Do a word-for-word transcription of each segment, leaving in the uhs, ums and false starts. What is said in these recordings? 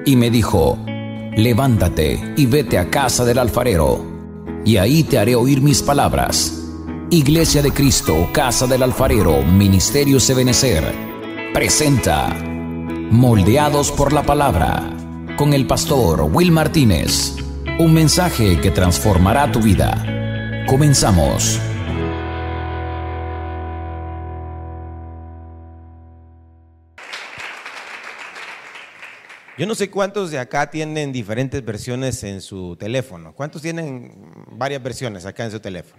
y me dijo: levántate y vete a casa del alfarero, y ahí te haré oír mis palabras. Iglesia de Cristo, Casa del Alfarero, Ministerio Ebenecer, presenta Moldeados por la Palabra, con el pastor Will Martínez. Un mensaje que transformará tu vida. Comenzamos. Yo no sé cuántos de acá tienen diferentes versiones en su teléfono. ¿Cuántos tienen varias versiones acá en su teléfono?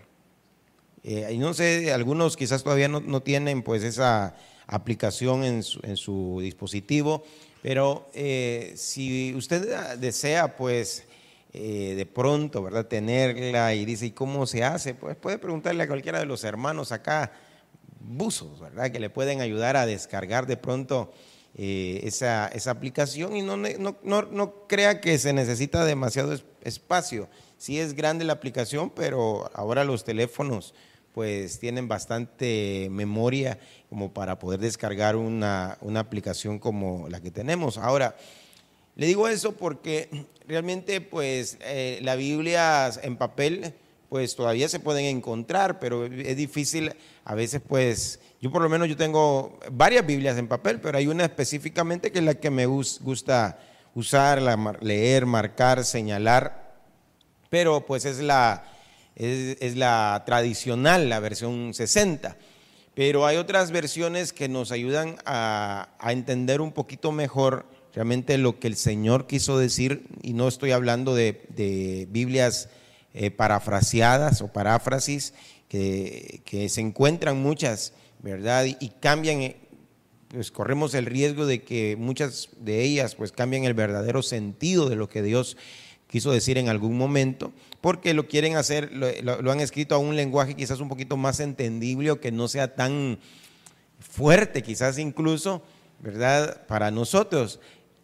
Eh, y no sé, algunos quizás todavía no, no tienen pues esa aplicación en su, en su dispositivo, pero eh, si usted desea pues eh, de pronto, ¿verdad?, tenerla y dice, ¿y cómo se hace? Pues puede preguntarle a cualquiera de los hermanos acá, buzos, ¿verdad?, que le pueden ayudar a descargar de pronto eh, esa, esa aplicación, y no, no, no, no crea que se necesita demasiado espacio. Sí es grande la aplicación, pero ahora los teléfonos pues tienen bastante memoria como para poder descargar una, una aplicación como la que tenemos. Ahora, le digo eso porque realmente pues eh, la Biblia en papel pues todavía se pueden encontrar, pero es difícil a veces pues, yo por lo menos yo tengo varias Biblias en papel, pero hay una específicamente que es la que me gusta usar, leer, marcar, señalar, pero pues es la... Es, es la tradicional, la versión sesenta, pero hay otras versiones que nos ayudan a, a entender un poquito mejor realmente lo que el Señor quiso decir, y no estoy hablando de, de Biblias eh, parafraseadas o paráfrasis, que, que se encuentran muchas, ¿verdad? Y, y cambian, pues corremos el riesgo de que muchas de ellas pues cambien el verdadero sentido de lo que Dios quiso decir en algún momento, porque lo quieren hacer, lo, lo, lo han escrito a un lenguaje quizás un poquito más entendible o que no sea tan fuerte, quizás incluso, ¿verdad?, para nosotros.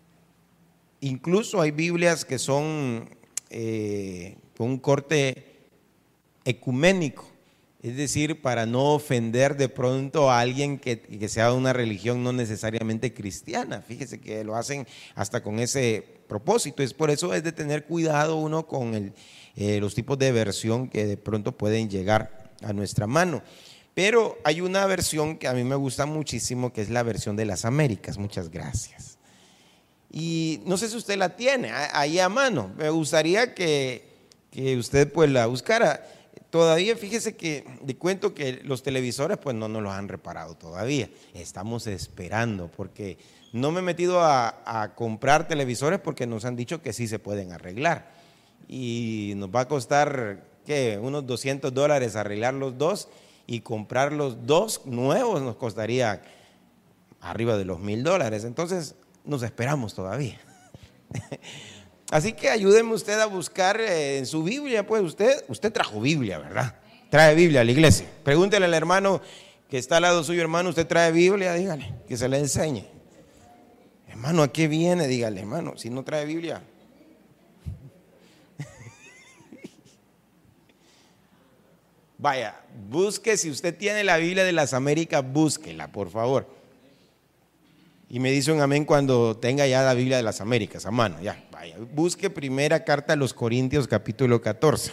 Incluso hay Biblias que son eh, con un corte ecuménico, es decir, para no ofender de pronto a alguien que, que sea de una religión no necesariamente cristiana. Fíjese que lo hacen hasta con ese propósito. Es por eso es de tener cuidado uno con el, eh, los tipos de versión que de pronto pueden llegar a nuestra mano. Pero hay una versión que a mí me gusta muchísimo, que es la versión de las Américas. Muchas gracias. Y no sé si usted la tiene ahí a mano. Me gustaría que, que usted pues la buscara. Todavía fíjese que le cuento que los televisores pues no nos los han reparado todavía. Estamos esperando porque no me he metido a, a comprar televisores porque nos han dicho que sí se pueden arreglar. Y nos va a costar, ¿qué?, unos doscientos dólares arreglar los dos, y comprar los dos nuevos nos costaría arriba de los mil dólares. Entonces nos esperamos todavía. Así que ayúdeme usted a buscar eh, en su Biblia, pues usted, usted trajo Biblia, ¿verdad? Trae Biblia a la iglesia. Pregúntele al hermano que está al lado suyo, hermano, ¿usted trae Biblia? Dígale, que se le enseñe. Hermano, ¿a qué viene? Dígale, hermano, si no trae Biblia. Vaya, busque, si usted tiene la Biblia de las Américas, búsquela, por favor. Y me dice un amén cuando tenga ya la Biblia de las Américas a mano. Ya, vaya, busque primera carta a los Corintios, capítulo catorce.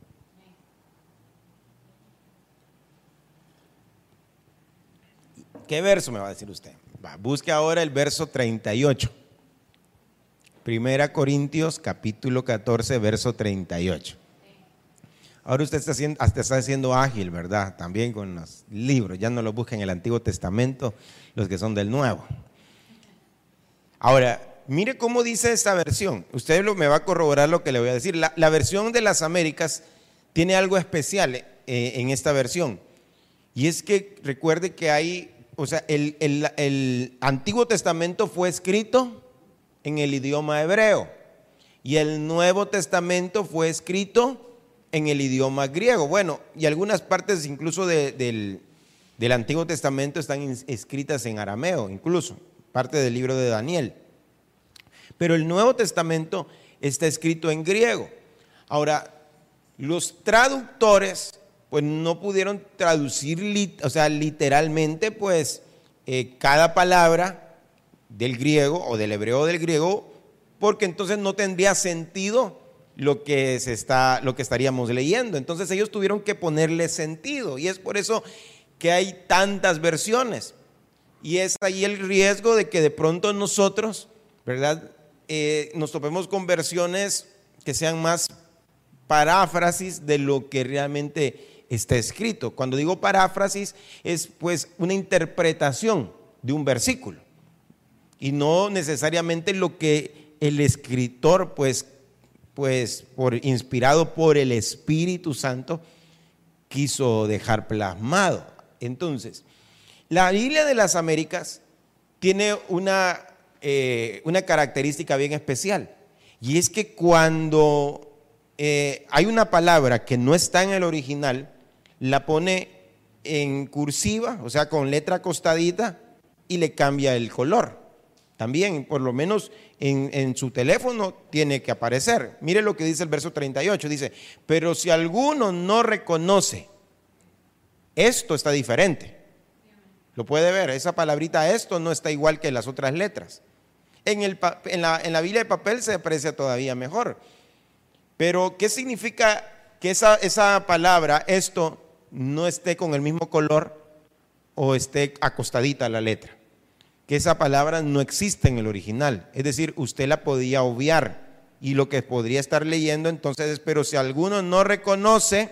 ¿Qué verso me va a decir usted? Va, busque ahora el verso treinta y ocho. Primera Corintios, capítulo catorce, verso treinta y ocho. Ahora usted está haciendo, hasta está haciendo ágil, ¿verdad? También con los libros. Ya no los busca en el Antiguo Testamento, los que son del Nuevo. Ahora, mire cómo dice esta versión. Usted lo, me va a corroborar lo que le voy a decir. La, la versión de las Américas tiene algo especial eh, en esta versión. Y es que recuerde que hay, o sea, el, el, el Antiguo Testamento fue escrito en el idioma hebreo y el Nuevo Testamento fue escrito en el idioma griego. Bueno, y algunas partes incluso de, del, del Antiguo Testamento están escritas en arameo, incluso parte del libro de Daniel. Pero el Nuevo Testamento está escrito en griego. Ahora, los traductores pues no pudieron traducir, o sea, literalmente pues eh, cada palabra del griego o del hebreo o del griego porque entonces no tendría sentido lo que, se está, lo que estaríamos leyendo. Entonces ellos tuvieron que ponerle sentido, y es por eso que hay tantas versiones. Y es ahí el riesgo de que de pronto nosotros, ¿verdad?, eh, nos topemos con versiones que sean más paráfrasis de lo que realmente está escrito. Cuando digo paráfrasis, es pues una interpretación de un versículo, y no necesariamente lo que el escritor, pues, pues por, inspirado por el Espíritu Santo, quiso dejar plasmado. Entonces, la Biblia de las Américas tiene una, eh, una característica bien especial, y es que cuando eh, hay una palabra que no está en el original, la pone en cursiva, o sea, con letra acostadita, y le cambia el color. También, por lo menos en, en su teléfono tiene que aparecer. Mire lo que dice el verso treinta y ocho, dice: pero si alguno no reconoce, esto está diferente. Lo puede ver, esa palabrita esto no está igual que las otras letras. En, el, en, la, en la Biblia de papel se aprecia todavía mejor. Pero ¿qué significa que esa, esa palabra esto no esté con el mismo color o esté acostadita la letra? Que esa palabra no existe en el original, es decir, usted la podía obviar, y lo que podría estar leyendo entonces es: pero si alguno no reconoce,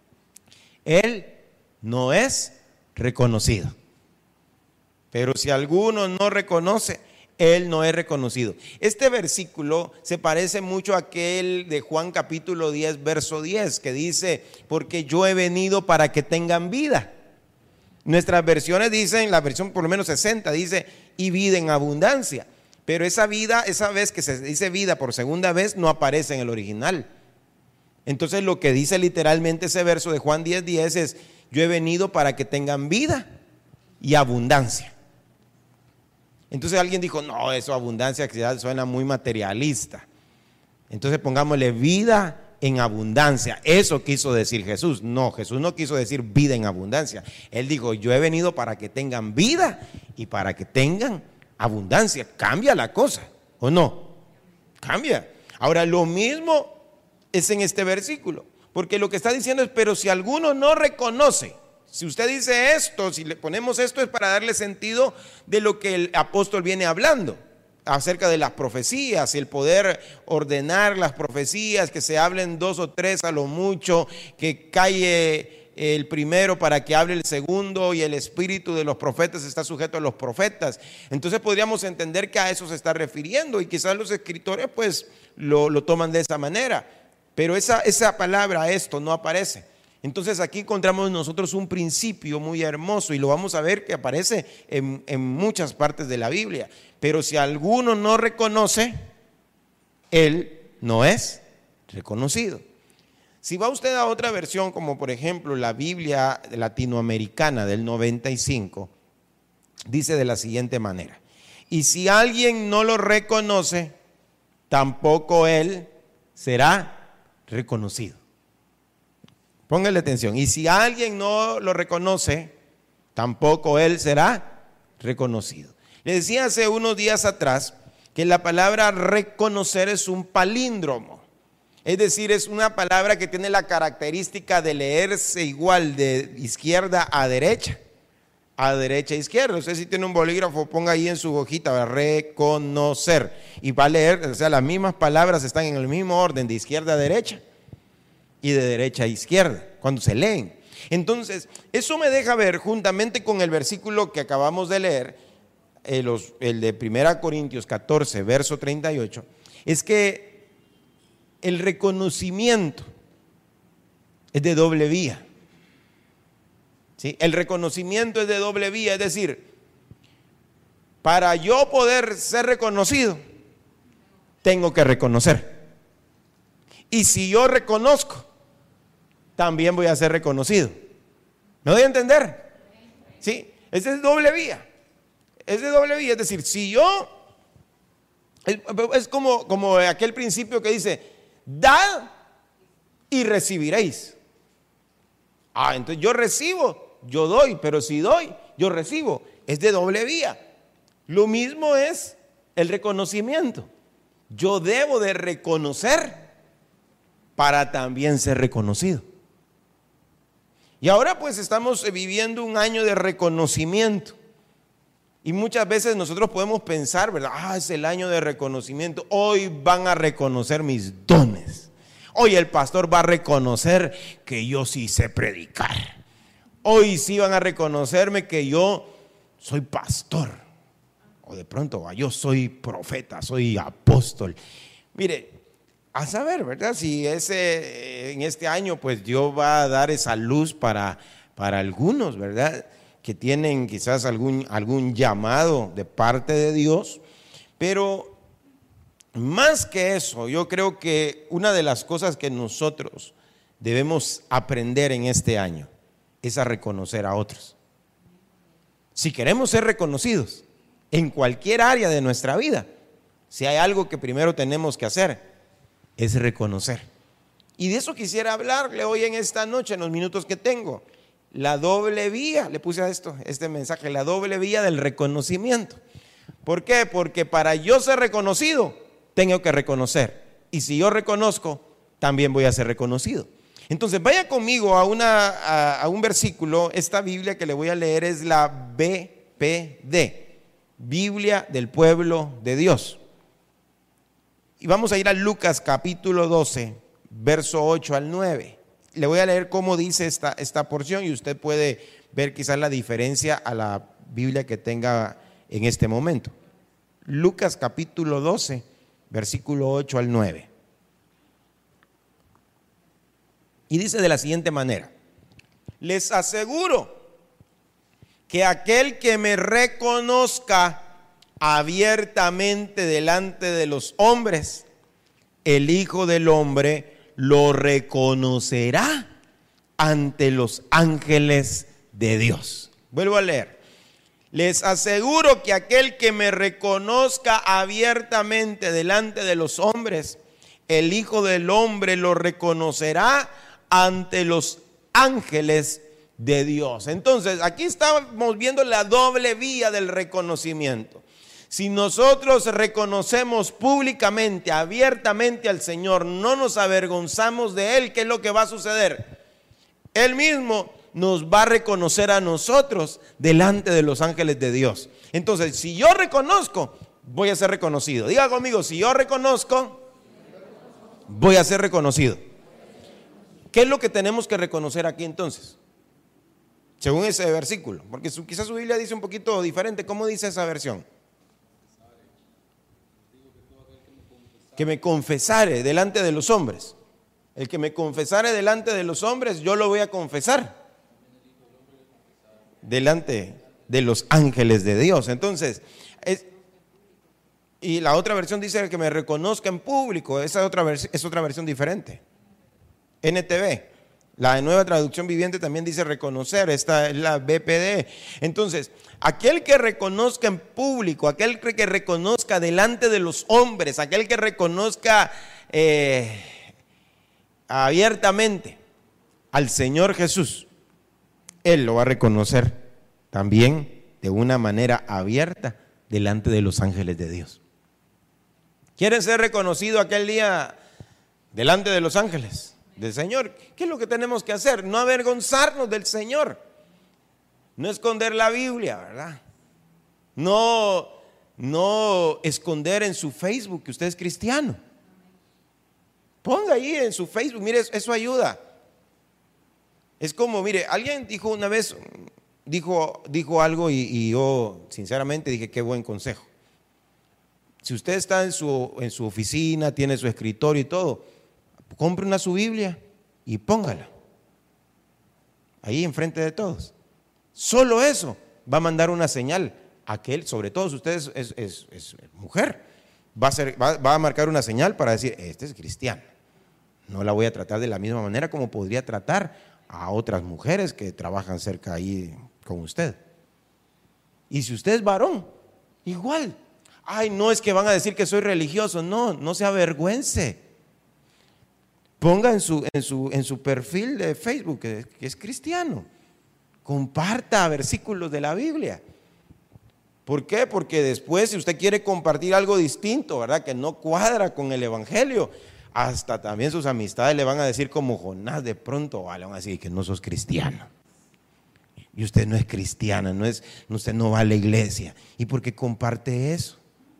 él no es reconocido. Pero si alguno no reconoce, él no es reconocido. Este versículo se parece mucho a aquel de Juan capítulo diez, verso diez, que dice: porque yo he venido para que tengan vida. Nuestras versiones dicen, la versión por lo menos sesenta dice: y vida en abundancia. Pero esa vida, esa vez que se dice vida por segunda vez, no aparece en el original. Entonces lo que dice literalmente ese verso de Juan diez, diez es: yo he venido para que tengan vida y abundancia. Entonces alguien dijo: no, eso abundancia que suena muy materialista. Entonces pongámosle vida en abundancia. Eso quiso decir Jesús. No, Jesús no quiso decir vida en abundancia. Él dijo: yo he venido para que tengan vida y para que tengan abundancia. Cambia la cosa, ¿o no? Cambia. Ahora, lo mismo es en este versículo, porque lo que está diciendo es: pero si alguno no reconoce. Si usted dice esto, si le ponemos esto, es para darle sentido de lo que el apóstol viene hablando acerca de las profecías, el poder ordenar las profecías, que se hablen dos o tres a lo mucho, que calle el primero para que hable el segundo, y el espíritu de los profetas está sujeto a los profetas. Entonces podríamos entender que a eso se está refiriendo, y quizás los escritores pues lo, lo toman de esa manera, pero esa, esa palabra esto no aparece. Entonces aquí encontramos nosotros un principio muy hermoso, y lo vamos a ver que aparece en, en muchas partes de la Biblia. Pero si alguno no reconoce, él no es reconocido. Si va usted a otra versión, como por ejemplo la Biblia latinoamericana del noventa y cinco, dice de la siguiente manera: y si alguien no lo reconoce, tampoco él será reconocido. Póngale atención. Y si alguien no lo reconoce, tampoco él será reconocido. Le decía hace unos días atrás que la palabra reconocer es un palíndromo. Es decir, es una palabra que tiene la característica de leerse igual de izquierda a derecha, a derecha a izquierda. Usted si tiene un bolígrafo, ponga ahí en su hojita: reconocer, y va a leer, o sea, las mismas palabras están en el mismo orden, de izquierda a derecha y de derecha a izquierda, cuando se leen. Entonces, eso me deja ver, juntamente con el versículo que acabamos de leer, el, el de primera Corintios catorce, verso treinta y ocho, es que el reconocimiento es de doble vía. ¿Sí? El reconocimiento es de doble vía, es decir, para yo poder ser reconocido, tengo que reconocer. Y si yo reconozco, también voy a ser reconocido. ¿Me doy a entender? ¿Sí? Es de doble vía. Es de doble vía. Es decir, si yo, es, es como, como aquel principio que dice: dad y recibiréis. Ah, entonces yo recibo, yo doy, pero si doy, yo recibo. Es de doble vía. Lo mismo es el reconocimiento. Yo debo de reconocer para también ser reconocido. Y ahora pues estamos viviendo un año de reconocimiento. Y muchas veces nosotros podemos pensar, ¿verdad? Ah, es el año de reconocimiento. Hoy van a reconocer mis dones. Hoy el pastor va a reconocer que yo sí sé predicar. Hoy sí van a reconocerme que yo soy pastor. O de pronto, yo soy profeta, soy apóstol. Mire, a saber, ¿verdad? Si ese, en este año pues Dios va a dar esa luz para, para algunos, ¿verdad? Que tienen quizás algún, algún llamado de parte de Dios. Pero más que eso, yo creo que una de las cosas que nosotros debemos aprender en este año es a reconocer a otros. Si queremos ser reconocidos en cualquier área de nuestra vida, si hay algo que primero tenemos que hacer, es reconocer. Y de eso quisiera hablarle hoy en esta noche, en los minutos que tengo. La doble vía, le puse a esto, este mensaje, la doble vía del reconocimiento. ¿Por qué? Porque para yo ser reconocido, tengo que reconocer. Y si yo reconozco, también voy a ser reconocido. Entonces vaya conmigo a, una, a, a un versículo. Esta Biblia que le voy a leer es la B P D, Biblia del Pueblo de Dios. Y vamos a ir a Lucas capítulo doce, verso ocho al nueve. Le voy a leer cómo dice esta, esta porción y usted puede ver quizás la diferencia a la Biblia que tenga en este momento. Lucas capítulo doce, versículo ocho al nueve. Y dice de la siguiente manera: les aseguro que aquel que me reconozca abiertamente delante de los hombres, el Hijo del Hombre lo reconocerá ante los ángeles de Dios. Vuelvo a leer. Les aseguro que aquel que me reconozca abiertamente delante de los hombres, el Hijo del Hombre lo reconocerá ante los ángeles de Dios. Entonces, aquí estamos viendo la doble vía del reconocimiento. Si nosotros reconocemos públicamente, abiertamente al Señor, no nos avergonzamos de Él, ¿qué es lo que va a suceder? Él mismo nos va a reconocer a nosotros delante de los ángeles de Dios. Entonces, si yo reconozco, voy a ser reconocido. Diga conmigo, si yo reconozco, voy a ser reconocido. ¿Qué es lo que tenemos que reconocer aquí entonces? Según ese versículo, porque su, quizás su Biblia dice un poquito diferente. ¿Cómo dice esa versión? Que me confesare delante de los hombres. El que me confesare delante de los hombres, yo lo voy a confesar delante de los ángeles de Dios. Entonces, es, y la otra versión dice que me reconozca en público. Esa otra es otra versión diferente. N T V, la Nueva Traducción Viviente, también dice reconocer. Esta es la B P D. Entonces, aquel que reconozca en público, aquel que reconozca delante de los hombres, aquel que reconozca eh, abiertamente al Señor Jesús, Él lo va a reconocer también de una manera abierta delante de los ángeles de Dios. ¿Quieren ser reconocidos aquel día delante de los ángeles del Señor? ¿Qué es lo que tenemos que hacer? No avergonzarnos del Señor. No esconder la Biblia, ¿verdad? No, no esconder en su Facebook que usted es cristiano. Ponga ahí en su Facebook, mire, eso ayuda. Es como, mire, alguien dijo una vez, dijo, dijo algo y, y yo sinceramente dije, qué buen consejo. Si usted está en su, en su oficina, tiene su escritorio y todo, compre una su Biblia y póngala ahí enfrente de todos. Solo eso va a mandar una señal a aquel, sobre todo si usted es, es, es, es mujer, va a, ser, va, va a marcar una señal para decir, este es cristiano. No la voy a tratar de la misma manera como podría tratar a otras mujeres que trabajan cerca ahí con usted. Y si usted es varón, igual. Ay, no es que van a decir que soy religioso. No, no se avergüence. Ponga en su, en su, en su perfil de Facebook que, que es cristiano. Comparta versículos de la Biblia. ¿Por qué? Porque después si usted quiere compartir algo distinto, ¿verdad?, que no cuadra con el evangelio, hasta también sus amistades le van a decir como Jonás de pronto, le van a decir que no sos cristiano. Y usted no es cristiana, no es, usted no va a la iglesia. ¿Y por qué comparte eso?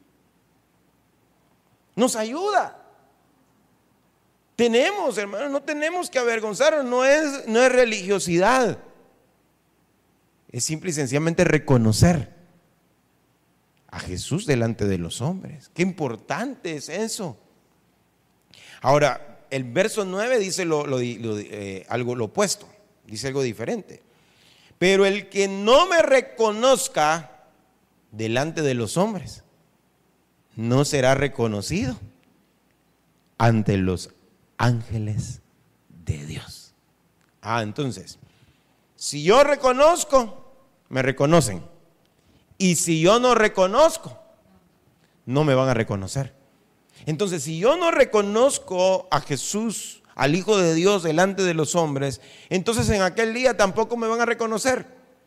Nos ayuda. Tenemos, hermanos, no tenemos que avergonzarnos, no es, no es religiosidad. Es simple y sencillamente reconocer a Jesús delante de los hombres. Qué importante es eso. Ahora, el verso nueve dice lo, lo, lo, eh, algo lo opuesto, dice algo diferente. Pero el que no me reconozca delante de los hombres, no será reconocido ante los ángeles de Dios. Ah, entonces, si yo reconozco, me reconocen. Y si yo no reconozco, no me van a reconocer. Entonces, si yo no reconozco a Jesús, al Hijo de Dios delante de los hombres, entonces en aquel día tampoco me van a reconocer.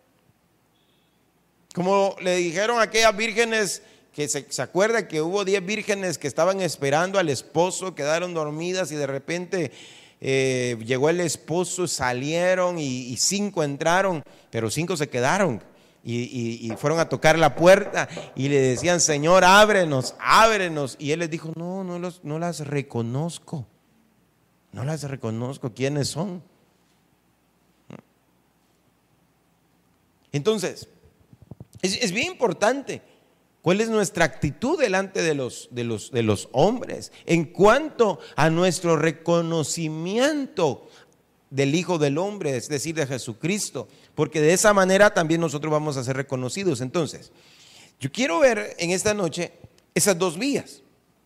Como le dijeron a aquellas vírgenes, que se, se acuerda que hubo diez vírgenes que estaban esperando al esposo, quedaron dormidas y de repente eh, llegó el esposo, salieron y, y cinco entraron, pero cinco se quedaron. Y, y, y fueron a tocar la puerta y le decían: Señor, ábrenos, ábrenos. Y él les dijo: no, no, los, no las reconozco. No las reconozco. ¿Quiénes son? Entonces, es, es bien importante cuál es nuestra actitud delante de los, de, los, de los hombres en cuanto a nuestro reconocimiento del Hijo del Hombre, es decir, de Jesucristo, porque de esa manera también nosotros vamos a ser reconocidos. Entonces, yo quiero ver en esta noche esas dos vías.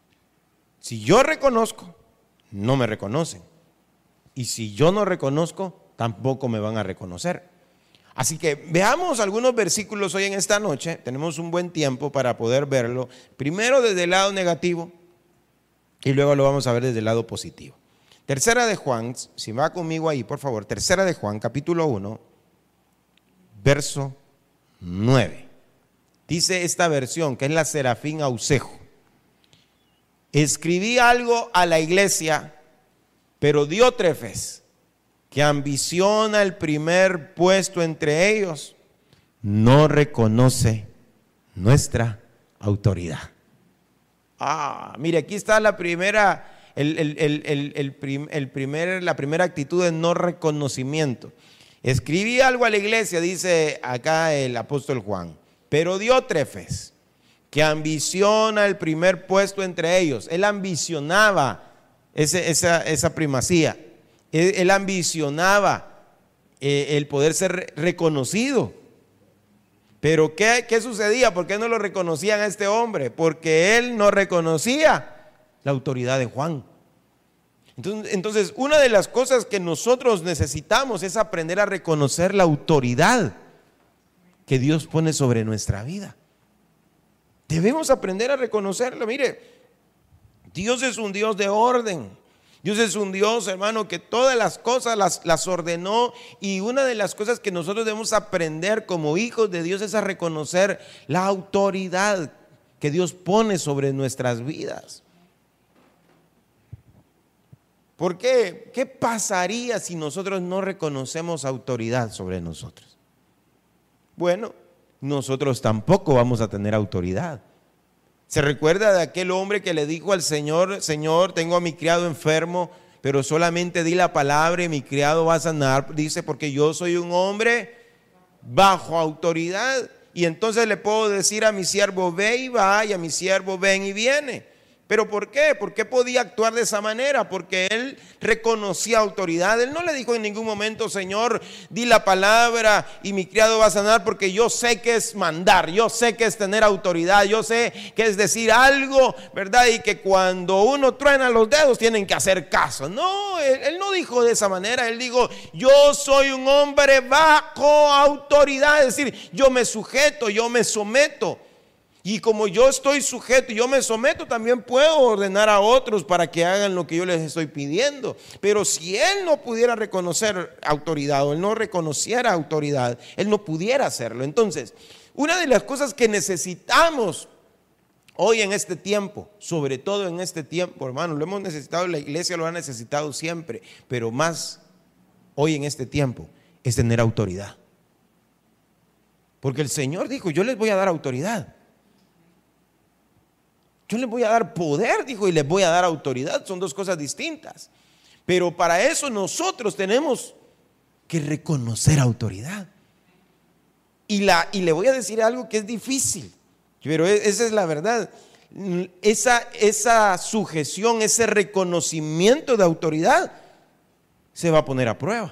Si yo reconozco, no me reconocen, y si yo no reconozco, tampoco me van a reconocer. Así que veamos algunos versículos hoy en esta noche. Tenemos un buen tiempo para poder verlo, primero desde el lado negativo y luego lo vamos a ver desde el lado positivo. Tercera de Juan, si va conmigo ahí, por favor. Tercera de Juan, capítulo uno, verso nueve. Dice esta versión, que es la Serafín Ausejo: escribí algo a la iglesia, pero Diótrefes, que ambiciona el primer puesto entre ellos, no reconoce nuestra autoridad. Ah, mire, aquí está la primera... El, el, el, el, el, prim, el primer, la primera actitud de no reconocimiento. Escribí algo a la iglesia, dice acá el apóstol Juan, pero Diótrefes, que ambiciona el primer puesto entre ellos. Él ambicionaba ese, esa, esa primacía. Él, él ambicionaba eh, el poder ser reconocido. Pero ¿qué, qué sucedía? ¿Por qué no lo reconocían a este hombre? Porque él no reconocía la autoridad de Juan. Entonces, entonces, una de las cosas que nosotros necesitamos es aprender a reconocer la autoridad que Dios pone sobre nuestra vida. Debemos aprender a reconocerla. Mire, Dios es un Dios de orden. Dios es un Dios, hermano, que todas las cosas las, las ordenó, y una de las cosas que nosotros debemos aprender como hijos de Dios es a reconocer la autoridad que Dios pone sobre nuestras vidas. ¿Por qué? ¿Qué pasaría si nosotros no reconocemos autoridad sobre nosotros? Bueno, nosotros tampoco vamos a tener autoridad. ¿Se recuerda de aquel hombre que le dijo al Señor: Señor, tengo a mi criado enfermo, pero solamente di la palabra y mi criado va a sanar? Dice: porque yo soy un hombre bajo autoridad, y entonces le puedo decir a mi siervo: ve y va, y a mi siervo: ven y viene. ¿Pero por qué? ¿Por qué podía actuar de esa manera? Porque él reconocía autoridad. Él no le dijo en ningún momento: Señor, di la palabra y mi criado va a sanar, porque yo sé que es mandar, yo sé que es tener autoridad, yo sé que es decir algo, ¿verdad? Y que cuando uno truena los dedos tienen que hacer caso. No, él, él no dijo de esa manera. Él dijo: yo soy un hombre bajo autoridad, es decir, yo me sujeto, yo me someto. Y como yo estoy sujeto y yo me someto, también puedo ordenar a otros para que hagan lo que yo les estoy pidiendo. Pero si él no pudiera reconocer autoridad, o él no reconociera autoridad, él no pudiera hacerlo. Entonces, Una de las cosas que necesitamos hoy en este tiempo, sobre todo en este tiempo, hermano, lo hemos necesitado, la iglesia lo ha necesitado siempre, pero más hoy en este tiempo, es tener autoridad. Porque el Señor dijo, yo les voy a dar autoridad. Yo les voy a dar poder, dijo, y les voy a dar autoridad. Son dos cosas distintas. Pero para eso nosotros tenemos que reconocer autoridad. Y, la, y le voy a decir algo que es difícil, pero esa es la verdad. Esa, esa sujeción, ese reconocimiento de autoridad se va a poner a prueba.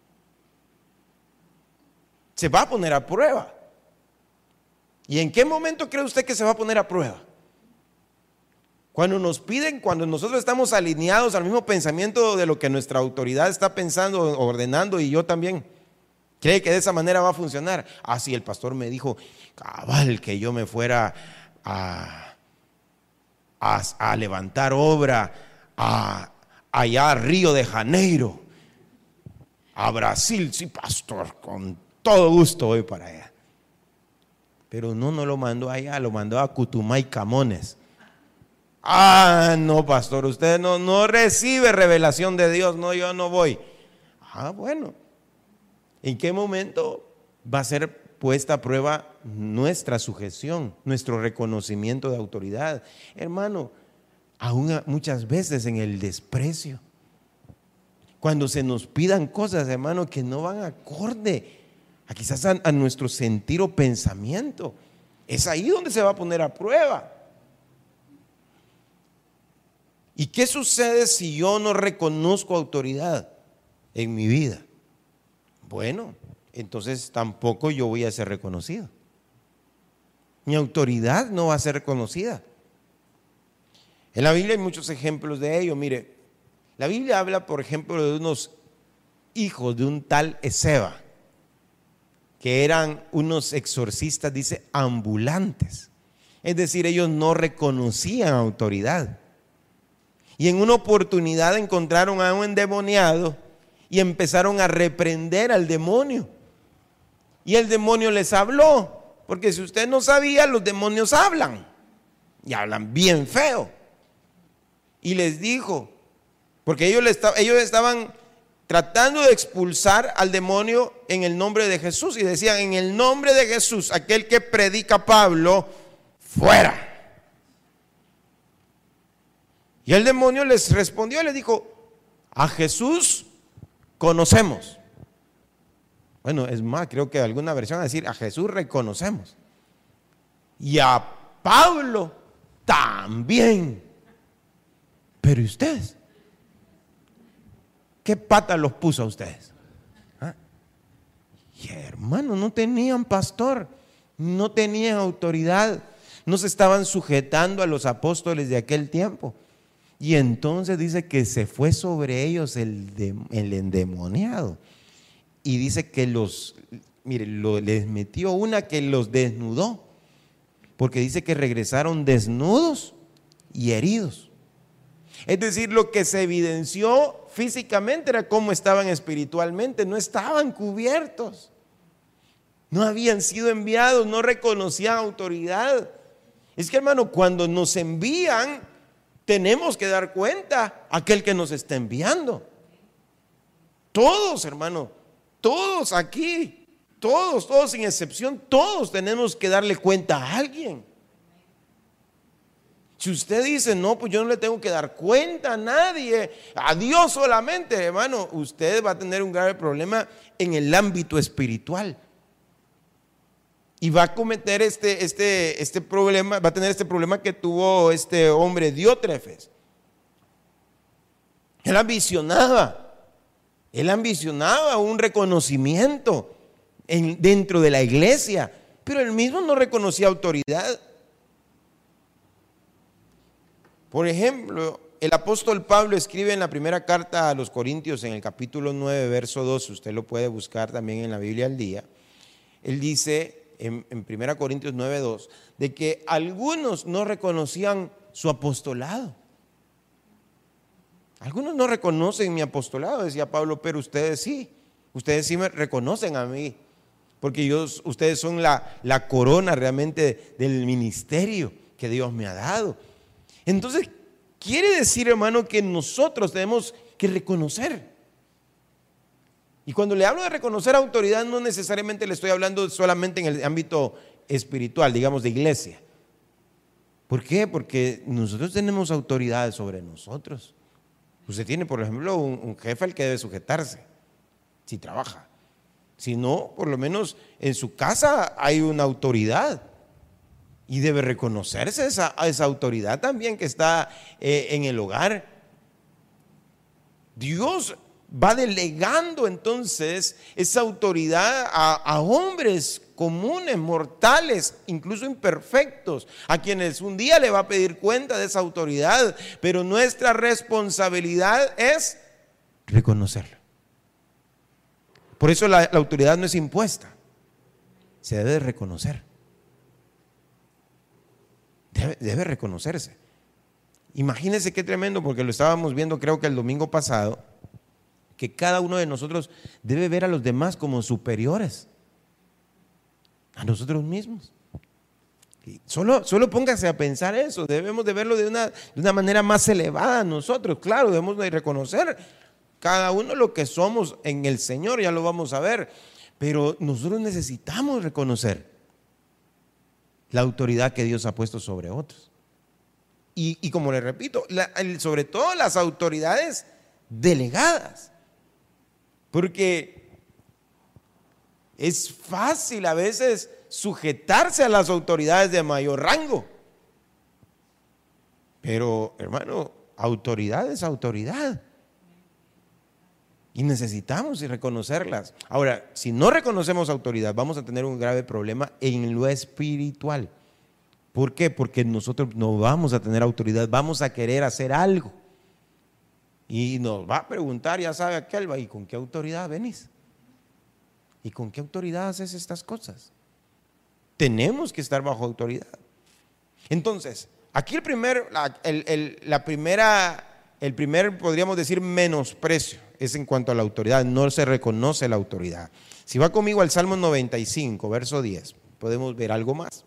Se va a poner a prueba. ¿Y en qué momento cree usted que se va a poner a prueba? Cuando nos piden, cuando nosotros estamos alineados al mismo pensamiento de lo que nuestra autoridad está pensando, ordenando, y yo también. ¿Cree que de esa manera va a funcionar? Ah, sí, el pastor me dijo, cabal, que yo me fuera a, a, a levantar obra a, allá a Río de Janeiro, a Brasil. Sí, pastor, con todo gusto voy para allá. Pero no, no lo mandó allá, lo mandó a Cutumay, Camones. Ah, no, pastor, usted no, no recibe revelación de Dios. No, yo no voy. Ah, bueno. ¿En qué momento va a ser puesta a prueba nuestra sujeción, nuestro reconocimiento de autoridad? Hermano, aún muchas veces en el desprecio. Cuando se nos pidan cosas, hermano, que no van acorde a quizás a, a nuestro sentir o pensamiento, es ahí donde se va a poner a prueba. ¿Y qué sucede si yo no reconozco autoridad en mi vida? Bueno, entonces tampoco yo voy a ser reconocido. Mi autoridad no va a ser reconocida. En la Biblia hay muchos ejemplos de ello. Mire, la Biblia habla, por ejemplo, de unos hijos de un tal Esceva, que eran unos exorcistas, dice, ambulantes. Es decir, ellos no reconocían autoridad. Y en una oportunidad encontraron a un endemoniado y empezaron a reprender al demonio. Y el demonio les habló, porque si usted no sabía, los demonios hablan, y hablan bien feo. Y les dijo, porque ellos, ellos estaban tratando de expulsar al demonio en el nombre de Jesús, y decían, en el nombre de Jesús, aquel que predica Pablo, fuera. Y el demonio les respondió y les dijo, a Jesús conocemos. Bueno, es más, creo que alguna versión va a decir, a Jesús reconocemos. Y a Pablo también. Pero ¿y ustedes? ¿Qué pata los puso a ustedes? ¿Ah? Y hermano, no tenían pastor, no tenían autoridad, no se estaban sujetando a los apóstoles de aquel tiempo. Y entonces dice que se fue sobre ellos el, de, el endemoniado. Y dice que los, mire, lo, les metió una que los desnudó. Porque dice que regresaron desnudos y heridos. Es decir, lo que se evidenció físicamente era cómo estaban espiritualmente. No estaban cubiertos. No habían sido enviados, no reconocían autoridad. Es que, hermano, cuando nos envían, tenemos que dar cuenta a aquel que nos está enviando. Todos, hermano, todos aquí, todos, todos sin excepción, todos tenemos que darle cuenta a alguien. Si usted dice, no, pues yo no le tengo que dar cuenta a nadie, a Dios solamente, hermano, usted va a tener un grave problema en el ámbito espiritual. Y va a cometer este, este, este problema, va a tener este problema que tuvo este hombre Diótrefes. Él ambicionaba, él ambicionaba un reconocimiento en, dentro de la iglesia, pero él mismo no reconocía autoridad. Por ejemplo, el apóstol Pablo escribe en la primera carta a los Corintios, en el capítulo nueve, verso dos, usted lo puede buscar también en la Biblia al día. Él dice en, en primera Corintios nueve, dos, de que algunos no reconocían su apostolado. Algunos no reconocen mi apostolado, decía Pablo, pero ustedes sí, ustedes sí me reconocen a mí. porque ellos, ustedes son la, la corona realmente del ministerio que Dios me ha dado. Entonces, quiere decir, hermano, que nosotros tenemos que reconocer. Y cuando le hablo de reconocer autoridad, no necesariamente le estoy hablando solamente en el ámbito espiritual, digamos de iglesia. ¿Por qué? Porque nosotros tenemos autoridad sobre nosotros. Usted tiene, por ejemplo, un, un jefe al que debe sujetarse, si trabaja. Si no, por lo menos en su casa hay una autoridad. Y debe reconocerse esa, esa autoridad también que está eh, en el hogar. Dios va delegando entonces esa autoridad a, a hombres comunes, mortales, incluso imperfectos, a quienes un día le va a pedir cuenta de esa autoridad, pero nuestra responsabilidad es reconocerla. Por eso la, la autoridad no es impuesta, se debe de reconocer, debe, debe reconocerse. Imagínense qué tremendo, porque lo estábamos viendo creo que el domingo pasado, que cada uno de nosotros debe ver a los demás como superiores a nosotros mismos. Y solo, solo póngase a pensar eso, debemos de verlo de una, de una manera más elevada a nosotros. Claro, debemos de reconocer cada uno lo que somos en el Señor, ya lo vamos a ver, pero nosotros necesitamos reconocer la autoridad que Dios ha puesto sobre otros. Y, y como le repito, la, el, sobre todo las autoridades delegadas. Porque es fácil a veces sujetarse a las autoridades de mayor rango. Pero, hermano, autoridad es autoridad. Y necesitamos reconocerlas. Ahora, si no reconocemos autoridad, vamos a tener un grave problema en lo espiritual. ¿Por qué? Porque nosotros no vamos a tener autoridad, vamos a querer hacer algo. Y nos va a preguntar, ya sabe aquel, ¿y con qué autoridad venís? ¿Y con qué autoridad haces estas cosas? Tenemos que estar bajo autoridad. Entonces, aquí el primer, la, el, el, la primera, el primer, podríamos decir, menosprecio es en cuanto a la autoridad. No se reconoce la autoridad. Si va conmigo al Salmo noventa y cinco, verso diez, podemos ver algo más.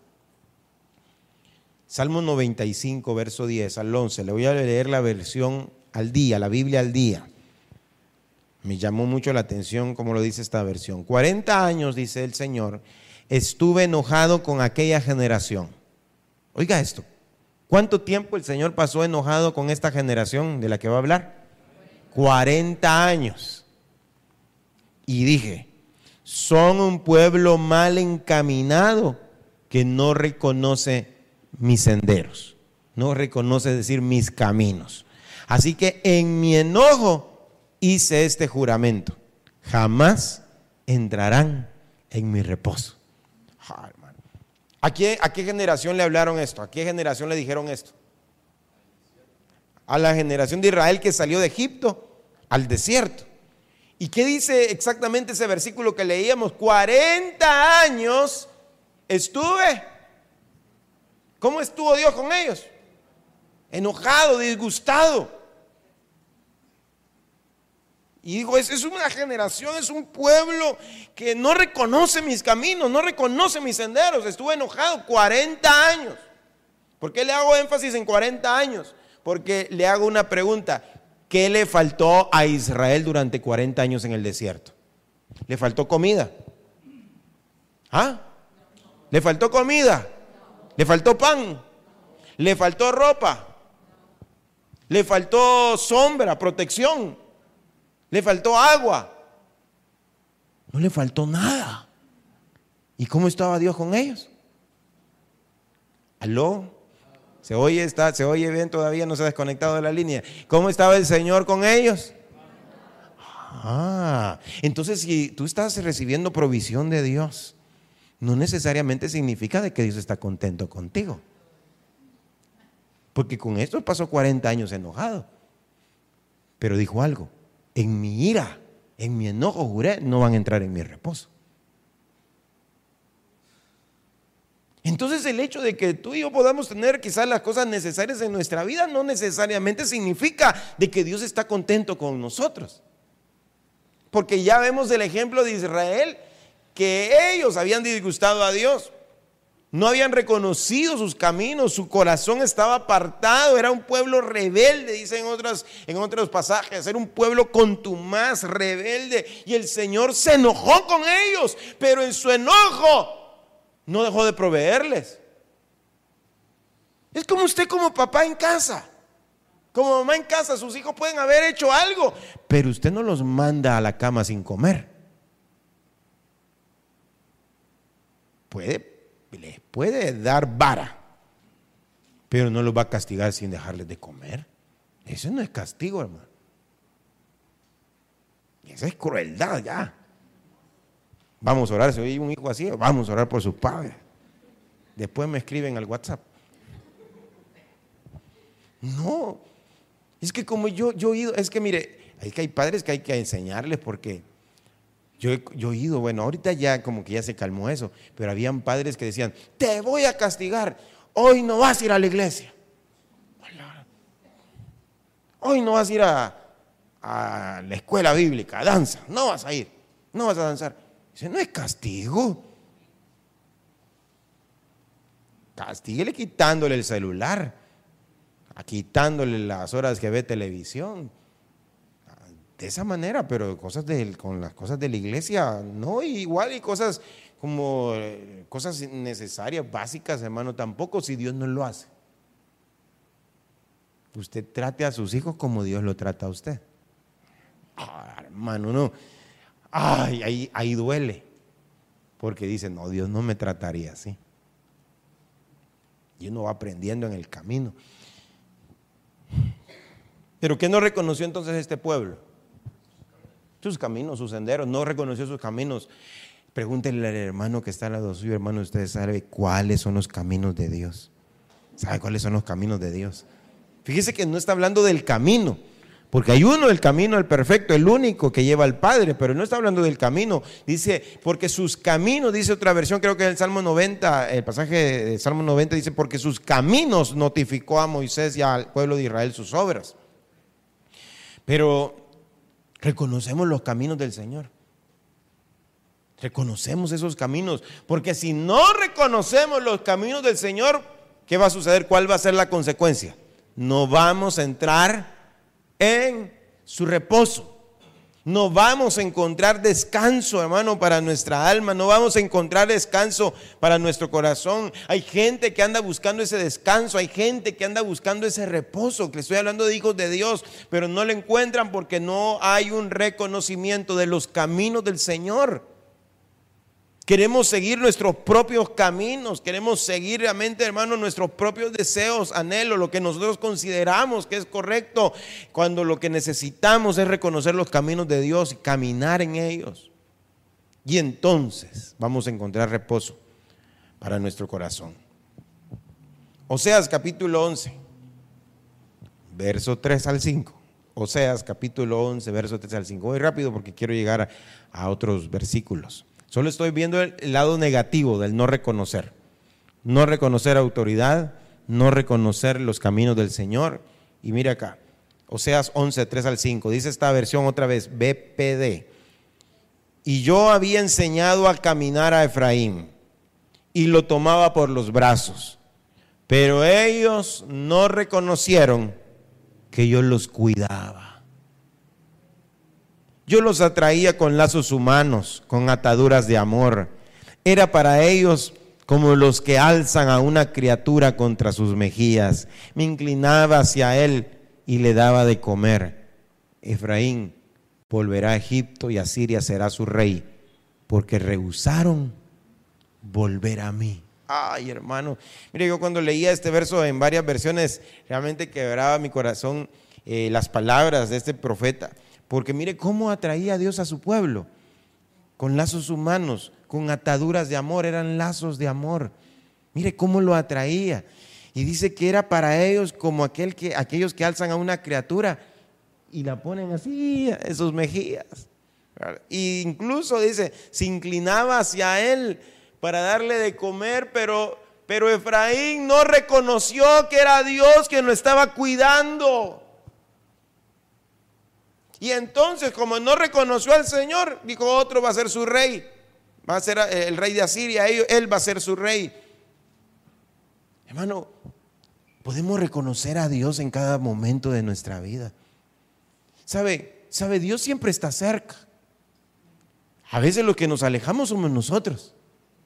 Salmo noventa y cinco, verso diez al once. Le voy a leer la versión al día, la Biblia al día. Me llamó mucho la atención como lo dice esta versión. cuarenta años, dice el Señor, estuve enojado con aquella generación. Oiga esto, ¿cuánto tiempo el Señor pasó enojado con esta generación de la que va a hablar? cuarenta años. Y dije, son un pueblo mal encaminado que no reconoce mis senderos, no reconoce, es decir, mis caminos. Así que en mi enojo hice este juramento: jamás entrarán en mi reposo. Ah, hermano. ¿A qué, ¿A qué generación le hablaron esto? ¿A qué generación le dijeron esto? A la generación de Israel que salió de Egipto al desierto. ¿Y qué dice exactamente ese versículo que leíamos? cuarenta años estuve. ¿Cómo estuvo Dios con ellos? Enojado, disgustado. Y dijo, es, es una generación, es un pueblo que no reconoce mis caminos, no reconoce mis senderos. Estuve enojado cuarenta años. ¿Por qué le hago énfasis en cuarenta años? Porque le hago una pregunta: ¿qué le faltó a Israel durante cuarenta años en el desierto? ¿Le faltó comida? ¿Ah? ¿Le faltó comida? ¿Le faltó pan? ¿Le faltó ropa? ¿Le faltó sombra, protección? ¿Le faltó agua? No le faltó nada. ¿Y cómo estaba Dios con ellos? ¿Aló? ¿Se oye, está, se oye bien todavía? No se ha desconectado de la línea. ¿Cómo estaba el Señor con ellos? Ah, entonces si tú estás recibiendo provisión de Dios, no necesariamente significa de que Dios está contento contigo. Porque con esto pasó cuarenta años enojado. Pero dijo algo: en mi ira, en mi enojo juré, no van a entrar en mi reposo. Entonces el hecho de que tú y yo podamos tener quizás las cosas necesarias en nuestra vida no necesariamente significa de que Dios está contento con nosotros. Porque ya vemos el ejemplo de Israel, que ellos habían disgustado a Dios. No habían reconocido sus caminos, su corazón estaba apartado, era un pueblo rebelde, dice en, otras, en otros pasajes, era un pueblo contumaz, rebelde, y el Señor se enojó con ellos, pero en su enojo no dejó de proveerles. Es como usted como papá en casa, como mamá en casa, sus hijos pueden haber hecho algo, pero usted no los manda a la cama sin comer. Puede les puede dar vara, pero no los va a castigar sin dejarles de comer. Eso no es castigo, hermano. Esa es crueldad ya. Vamos a orar, si hay un hijo así, vamos a orar por sus padres. Después me escriben al WhatsApp. No, es que como yo, yo he oído, es que mire, es que hay padres que hay que enseñarles porque Yo he, yo he oído, bueno, ahorita ya como que ya se calmó eso, pero habían padres que decían, te voy a castigar, hoy no vas a ir a la iglesia, hoy no vas a ir a, a la escuela bíblica, a danza, no vas a ir, no vas a danzar. Dice, no es castigo, castíguele quitándole el celular, quitándole las horas que ve televisión. De esa manera, pero cosas de, con las cosas de la iglesia, no, igual y cosas como eh, cosas necesarias, básicas, hermano, tampoco si Dios no lo hace. Usted trate a sus hijos como Dios lo trata a usted. Ah, hermano, no. Ay, ahí, ahí duele. Porque dice, no, Dios no me trataría así. Y uno va aprendiendo en el camino. Pero ¿qué no reconoció entonces este pueblo? Sus caminos, sus senderos, no reconoció sus caminos. Pregúntenle al hermano que está al lado suyo, hermano, usted sabe cuáles son los caminos de Dios. ¿Sabe cuáles son los caminos de Dios? Fíjese que no está hablando del camino, porque hay uno, el camino, el perfecto, el único que lleva al Padre, pero no está hablando del camino. Dice, porque sus caminos, dice otra versión, creo que en el Salmo noventa, el pasaje de Salmo noventa dice, porque sus caminos notificó a Moisés y al pueblo de Israel sus obras. Pero reconocemos los caminos del Señor. Reconocemos esos caminos. Porque si no reconocemos los caminos del Señor, ¿qué va a suceder? ¿Cuál va a ser la consecuencia? No vamos a entrar en su reposo. No vamos a encontrar descanso, hermano, para nuestra alma. No vamos a encontrar descanso para nuestro corazón. Hay gente que anda buscando ese descanso. Hay gente que anda buscando ese reposo. Que le estoy hablando de hijos de Dios, pero no lo encuentran porque no hay un reconocimiento de los caminos del Señor. Queremos seguir nuestros propios caminos, queremos seguir realmente, hermano, nuestros propios deseos, anhelos, lo que nosotros consideramos que es correcto, cuando lo que necesitamos es reconocer los caminos de Dios y caminar en ellos. Y entonces vamos a encontrar reposo para nuestro corazón. Oseas capítulo once, verso tres al cinco. Oseas capítulo once, verso tres al cinco. Voy rápido porque quiero llegar a, a otros versículos. Solo estoy viendo el lado negativo del no reconocer. No reconocer autoridad, no reconocer los caminos del Señor. Y mira acá, Oseas once, tres al cinco, dice esta versión otra vez, B P D. Y yo había enseñado a caminar a Efraín y lo tomaba por los brazos, pero ellos no reconocieron que yo los cuidaba. Yo los atraía con lazos humanos, con ataduras de amor. Era para ellos como los que alzan a una criatura contra sus mejillas. Me inclinaba hacia él y le daba de comer. Efraín volverá a Egipto y Asiria será su rey, porque rehusaron volver a mí. Ay, hermano, mire, yo cuando leía este verso en varias versiones, realmente quebraba mi corazón eh, las palabras de este profeta. Porque mire cómo atraía a Dios a su pueblo, con lazos humanos, con ataduras de amor, eran lazos de amor. Mire cómo lo atraía. Y dice que era para ellos como aquel que, aquellos que alzan a una criatura y la ponen así en sus mejillas. E incluso dice, se inclinaba hacia él para darle de comer, pero, pero Efraín no reconoció que era Dios quien lo estaba cuidando. Y entonces, como no reconoció al Señor, dijo, otro va a ser su rey. va a ser el rey de Asiria, él va a ser su rey. Hermano, podemos reconocer a Dios en cada momento de nuestra vida. ¿Sabe? ¿Sabe? Dios siempre está cerca. A veces los que nos alejamos somos nosotros.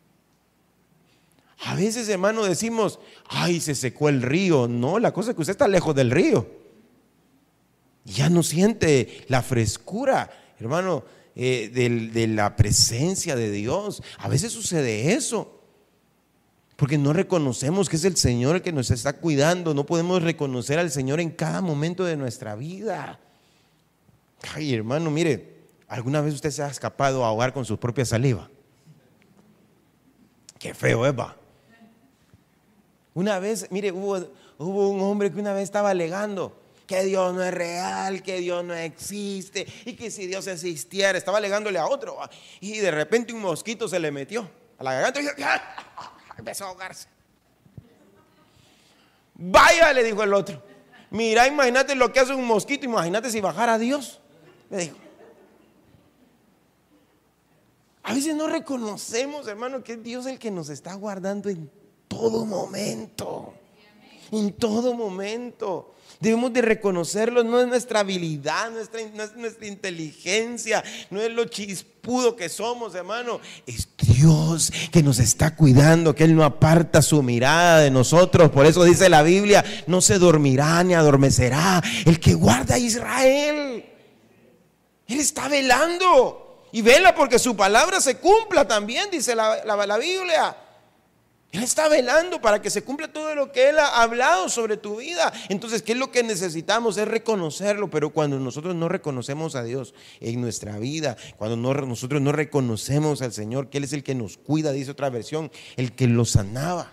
A veces, hermano, decimos, ay, se secó el río. No, la cosa es que usted está lejos del río. Ya no siente la frescura, hermano, eh, de, de la presencia de Dios. A veces sucede eso. Porque no reconocemos que es el Señor el que nos está cuidando. No podemos reconocer al Señor en cada momento de nuestra vida. Ay, hermano, mire, ¿alguna vez usted se ha escapado a ahogar con su propia saliva? Qué feo, Eva. Una vez, mire, hubo, hubo un hombre que una vez estaba alegando que Dios no es real, que Dios no existe y que si Dios existiera, estaba alegándole a otro, y de repente un mosquito se le metió a la garganta y empezó a ahogarse. Vaya, le dijo el otro, mira, imagínate lo que hace un mosquito, imagínate si bajara a Dios, le dijo. A veces no reconocemos, hermano, que es Dios el que nos está guardando en todo momento. En todo momento. Debemos de reconocerlo. No es nuestra habilidad, nuestra, no es nuestra inteligencia, no es lo chispudo que somos, hermano. Es Dios que nos está cuidando, que Él no aparta su mirada de nosotros. Por eso dice la Biblia, no se dormirá ni adormecerá el que guarda a Israel. Él está velando. Y vela porque su palabra se cumpla también, dice la, la, la Biblia. Él está velando para que se cumpla todo lo que Él ha hablado sobre tu vida. Entonces, ¿qué es lo que necesitamos? Es reconocerlo. Pero cuando nosotros no reconocemos a Dios en nuestra vida, cuando no, nosotros no reconocemos al Señor, que Él es el que nos cuida, dice otra versión, el que lo sanaba.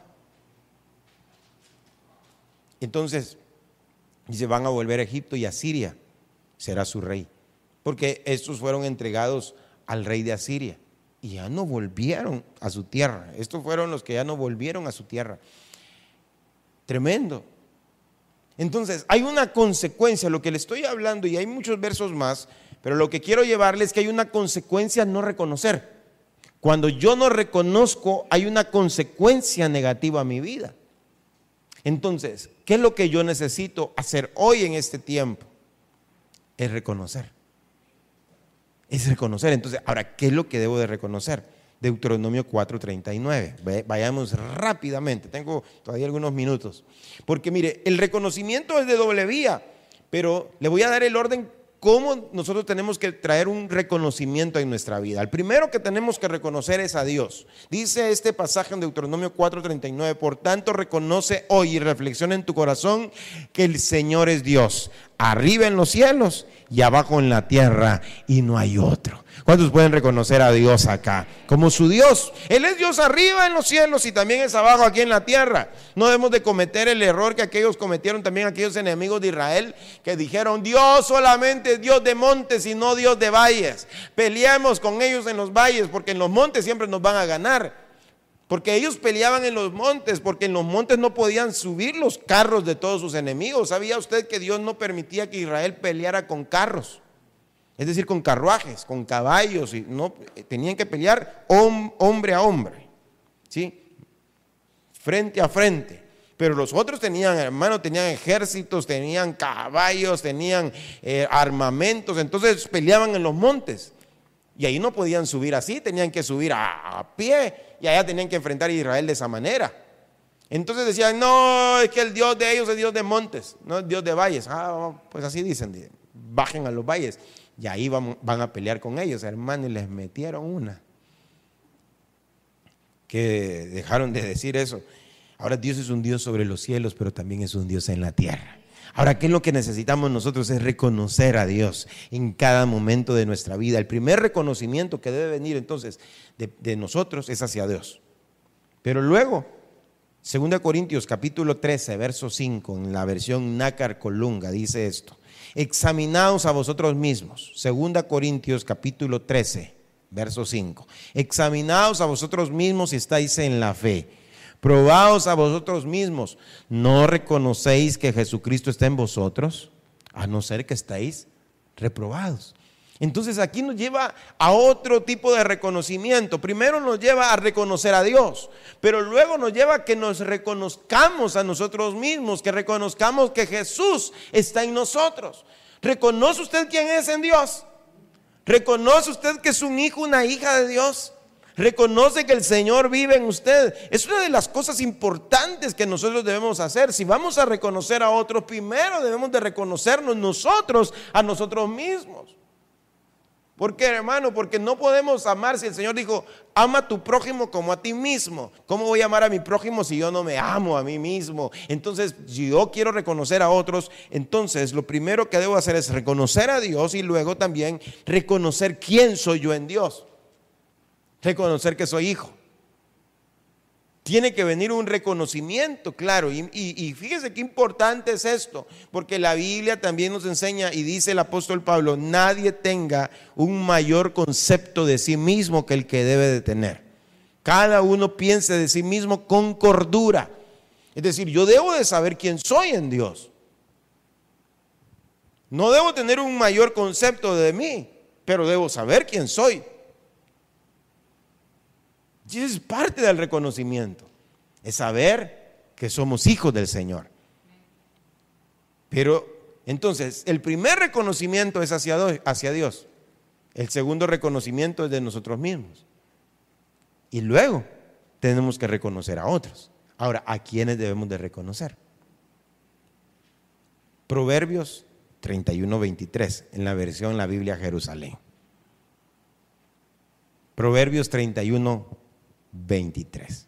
Entonces, dice, van a volver a Egipto y Asiria será su rey. Porque estos fueron entregados al rey de Asiria y ya no volvieron a su tierra. Estos fueron los que ya no volvieron a su tierra. Tremendo. Entonces hay una consecuencia, lo que le estoy hablando, y hay muchos versos más, pero lo que quiero llevarles es que hay una consecuencia a no reconocer. Cuando yo no reconozco, hay una consecuencia negativa a mi vida. Entonces, ¿qué es lo que yo necesito hacer hoy en este tiempo? Es reconocer. Es reconocer. Entonces, ahora, ¿qué es lo que debo de reconocer? Deuteronomio cuatro treinta y nueve. Vayamos rápidamente, tengo todavía algunos minutos. Porque mire, el reconocimiento es de doble vía, pero le voy a dar el orden cómo nosotros tenemos que traer un reconocimiento en nuestra vida. El primero que tenemos que reconocer es a Dios. Dice este pasaje en Deuteronomio cuatro treinta y nueve, por tanto reconoce hoy y reflexiona en tu corazón que el Señor es Dios, arriba en los cielos y abajo en la tierra, y no hay otro. ¿Cuántos pueden reconocer a Dios acá como su Dios? Él es Dios arriba en los cielos y también es abajo aquí en la tierra. No debemos de cometer el error que aquellos cometieron, también aquellos enemigos de Israel, que dijeron, Dios solamente es Dios de montes y no Dios de valles. Peleamos con ellos en los valles porque en los montes siempre nos van a ganar. Porque ellos peleaban en los montes, porque en los montes no podían subir los carros de todos sus enemigos. ¿Sabía usted que Dios no permitía que Israel peleara con carros? Es decir, con carruajes, con caballos, y no, tenían que pelear hombre a hombre, ¿sí? Frente a frente. Pero los otros tenían, hermano, tenían ejércitos, tenían caballos, tenían eh, armamentos, entonces peleaban en los montes. Y ahí no podían subir así, tenían que subir a, a pie, y allá tenían que enfrentar a Israel de esa manera. Entonces decían, no, es que el Dios de ellos es Dios de montes, no es Dios de valles. Ah, pues así dicen, bajen a los valles. Y ahí van, van a pelear con ellos, hermano, y les metieron una. Que dejaron de decir eso. Ahora Dios es un Dios sobre los cielos, pero también es un Dios en la tierra. Ahora, ¿qué es lo que necesitamos nosotros? Es reconocer a Dios en cada momento de nuestra vida. El primer reconocimiento que debe venir entonces de, de nosotros es hacia Dios. Pero luego, segunda Corintios capítulo trece, verso cinco, en la versión Nácar Colunga, dice esto. Examinaos a vosotros mismos. Segunda Corintios capítulo trece, verso cinco. Examinaos a vosotros mismos si estáis en la fe. Probaos a vosotros mismos. ¿No reconocéis que Jesucristo está en vosotros? A no ser que estéis reprobados. Entonces aquí nos lleva a otro tipo de reconocimiento. Primero nos lleva a reconocer a Dios, pero luego nos lleva a que nos reconozcamos a nosotros mismos, que reconozcamos que Jesús está en nosotros. ¿Reconoce usted quién es en Dios? ¿Reconoce usted que es un hijo, una hija de Dios? ¿Reconoce que el Señor vive en usted? Es una de las cosas importantes que nosotros debemos hacer. Si vamos a reconocer a otros, primero debemos de reconocernos nosotros a nosotros mismos. ¿Por qué, hermano? Porque no podemos amar si el Señor dijo, ama a tu prójimo como a ti mismo. ¿Cómo voy a amar a mi prójimo si yo no me amo a mí mismo? Entonces, si yo quiero reconocer a otros, entonces lo primero que debo hacer es reconocer a Dios y luego también reconocer quién soy yo en Dios. Reconocer que soy hijo. Tiene que venir un reconocimiento, claro, y, y, y fíjese qué importante es esto, porque la Biblia también nos enseña y dice el apóstol Pablo, nadie tenga un mayor concepto de sí mismo que el que debe de tener. Cada uno piense de sí mismo con cordura. Es decir, yo debo de saber quién soy en Dios. No debo tener un mayor concepto de mí, pero debo saber quién soy. Y eso es parte del reconocimiento, es saber que somos hijos del Señor. Pero entonces, el primer reconocimiento es hacia, hacia Dios. El segundo reconocimiento es de nosotros mismos. Y luego tenemos que reconocer a otros. Ahora, ¿a quiénes debemos de reconocer? Proverbios treinta y uno, veintitrés, en la versión La Biblia Jerusalén. Proverbios treinta y uno, veintitrés.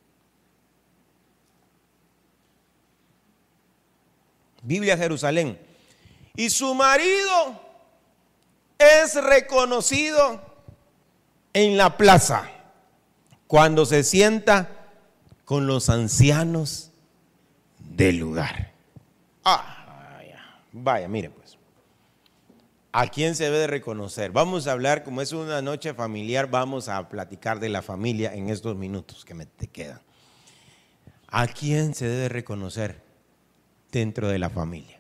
Biblia Jerusalén. Y su marido es reconocido en la plaza cuando se sienta con los ancianos del lugar. Ah, vaya, vaya, mire pues. ¿A quién se debe de reconocer? Vamos a hablar, como es una noche familiar, vamos a platicar de la familia en estos minutos que me te quedan. ¿A quién se debe reconocer dentro de la familia?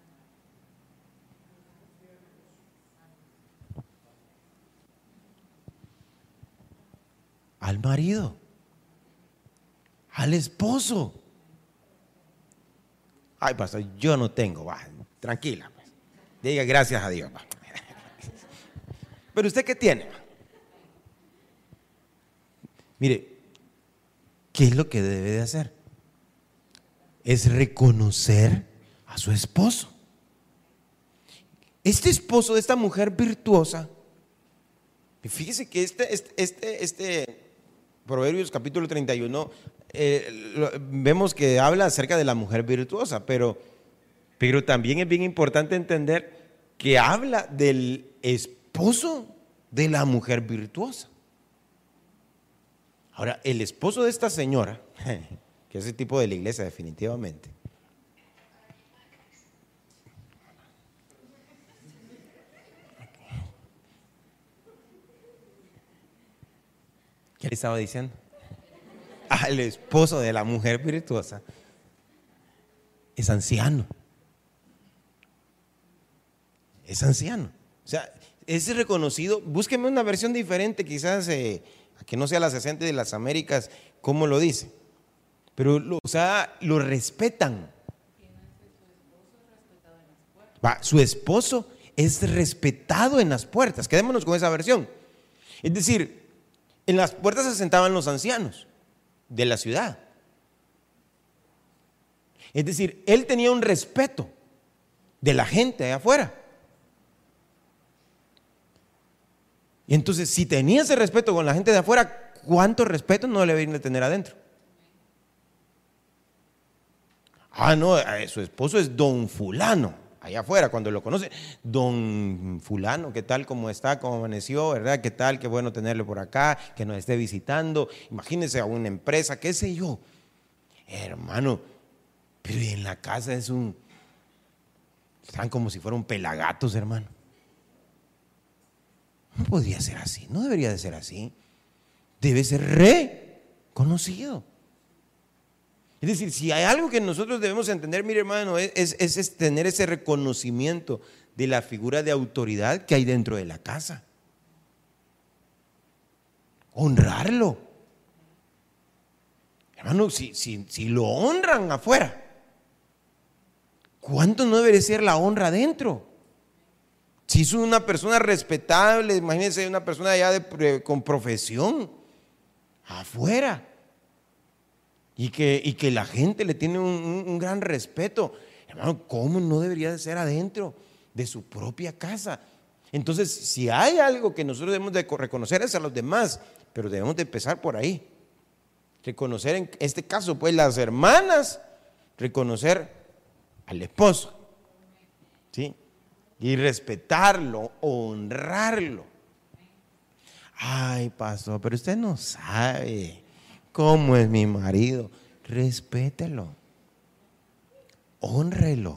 Al marido, al esposo. Ay, pastor, yo no tengo, va, tranquila. Diga gracias a Dios. Pero usted, ¿qué tiene? Mire, ¿qué es lo que debe de hacer? Es reconocer a su esposo. Este esposo de esta mujer virtuosa, fíjese que este, este, este, este Proverbios capítulo treinta y uno, eh, lo, vemos que habla acerca de la mujer virtuosa, pero... Pero también es bien importante entender que habla del esposo de la mujer virtuosa. Ahora, el esposo de esta señora, que es el tipo de la iglesia definitivamente, ¿qué le estaba diciendo? Al esposo de la mujer virtuosa es anciano. Es anciano. O sea, es reconocido. Búsqueme una versión diferente, quizás eh, que no sea la sesenta de las Américas, como lo dice. Pero, lo, o sea, lo respetan. Va, su esposo es respetado en las puertas. Quedémonos con esa versión. Es decir, en las puertas se sentaban los ancianos de la ciudad. Es decir, él tenía un respeto de la gente allá afuera. Y entonces, si tenía ese respeto con la gente de afuera, ¿cuánto respeto no le deben de tener adentro? Ah, no, su esposo es don fulano, allá afuera, cuando lo conoce, don fulano, ¿qué tal? ¿Cómo está? ¿Cómo amaneció? ¿Verdad? ¿Qué tal? Qué bueno tenerle por acá, que nos esté visitando. Imagínense a una empresa, qué sé yo. Hermano, pero en la casa es un... Están como si fueran pelagatos, hermano. No podría ser así, no debería de ser así. Debe ser reconocido. Es decir, si hay algo que nosotros debemos entender, mire hermano, es, es, es tener ese reconocimiento de la figura de autoridad que hay dentro de la casa. Honrarlo. Hermano, si, si, si lo honran afuera, ¿cuánto no debería ser la honra adentro? Si es una persona respetable, imagínense una persona ya de, con profesión, afuera. Y que, y que la gente le tiene un, un, un gran respeto. Hermano, ¿cómo no debería de ser adentro de su propia casa? Entonces, si hay algo que nosotros debemos de reconocer es a los demás, pero debemos de empezar por ahí. Reconocer en este caso, pues, las hermanas, reconocer al esposo, ¿sí? Y respetarlo, honrarlo. Ay, pastor, pero usted no sabe cómo es mi marido. Respételo, hónrelo.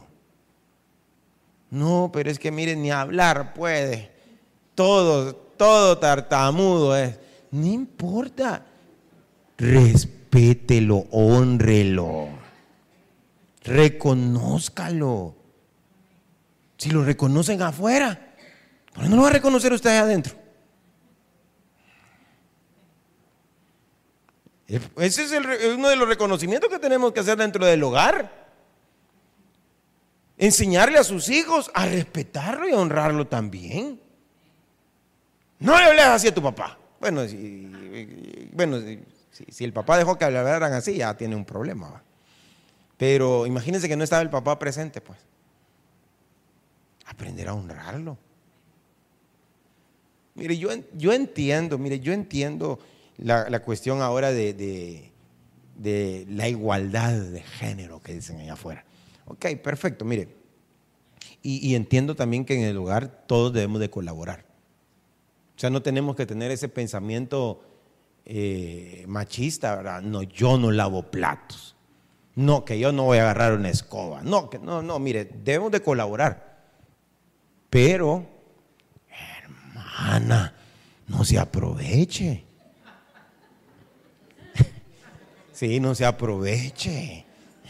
No, pero es que mire, ni hablar puede, todo, todo tartamudo es. No importa, respételo, hónrelo, reconózcalo. Si lo reconocen afuera, ¿por qué no lo va a reconocer usted allá adentro? Ese es el, uno de los reconocimientos que tenemos que hacer dentro del hogar. Enseñarle a sus hijos a respetarlo y a honrarlo también. No le hables así a tu papá. Bueno, si, bueno, si, si el papá dejó que hablaran así, ya tiene un problema, ¿va? Pero imagínense que no estaba el papá presente, pues. Aprender a honrarlo. Mire, yo, yo entiendo, mire, yo entiendo la, la cuestión ahora de, de, de la igualdad de género que dicen allá afuera. Ok, perfecto, mire. Y, y entiendo también que en el hogar todos debemos de colaborar. O sea, no tenemos que tener ese pensamiento eh, machista, ¿verdad? No, yo no lavo platos. No, que yo no voy a agarrar una escoba. No, que no, no, mire, debemos de colaborar. Pero, hermana, no se aproveche. Sí, no se aproveche.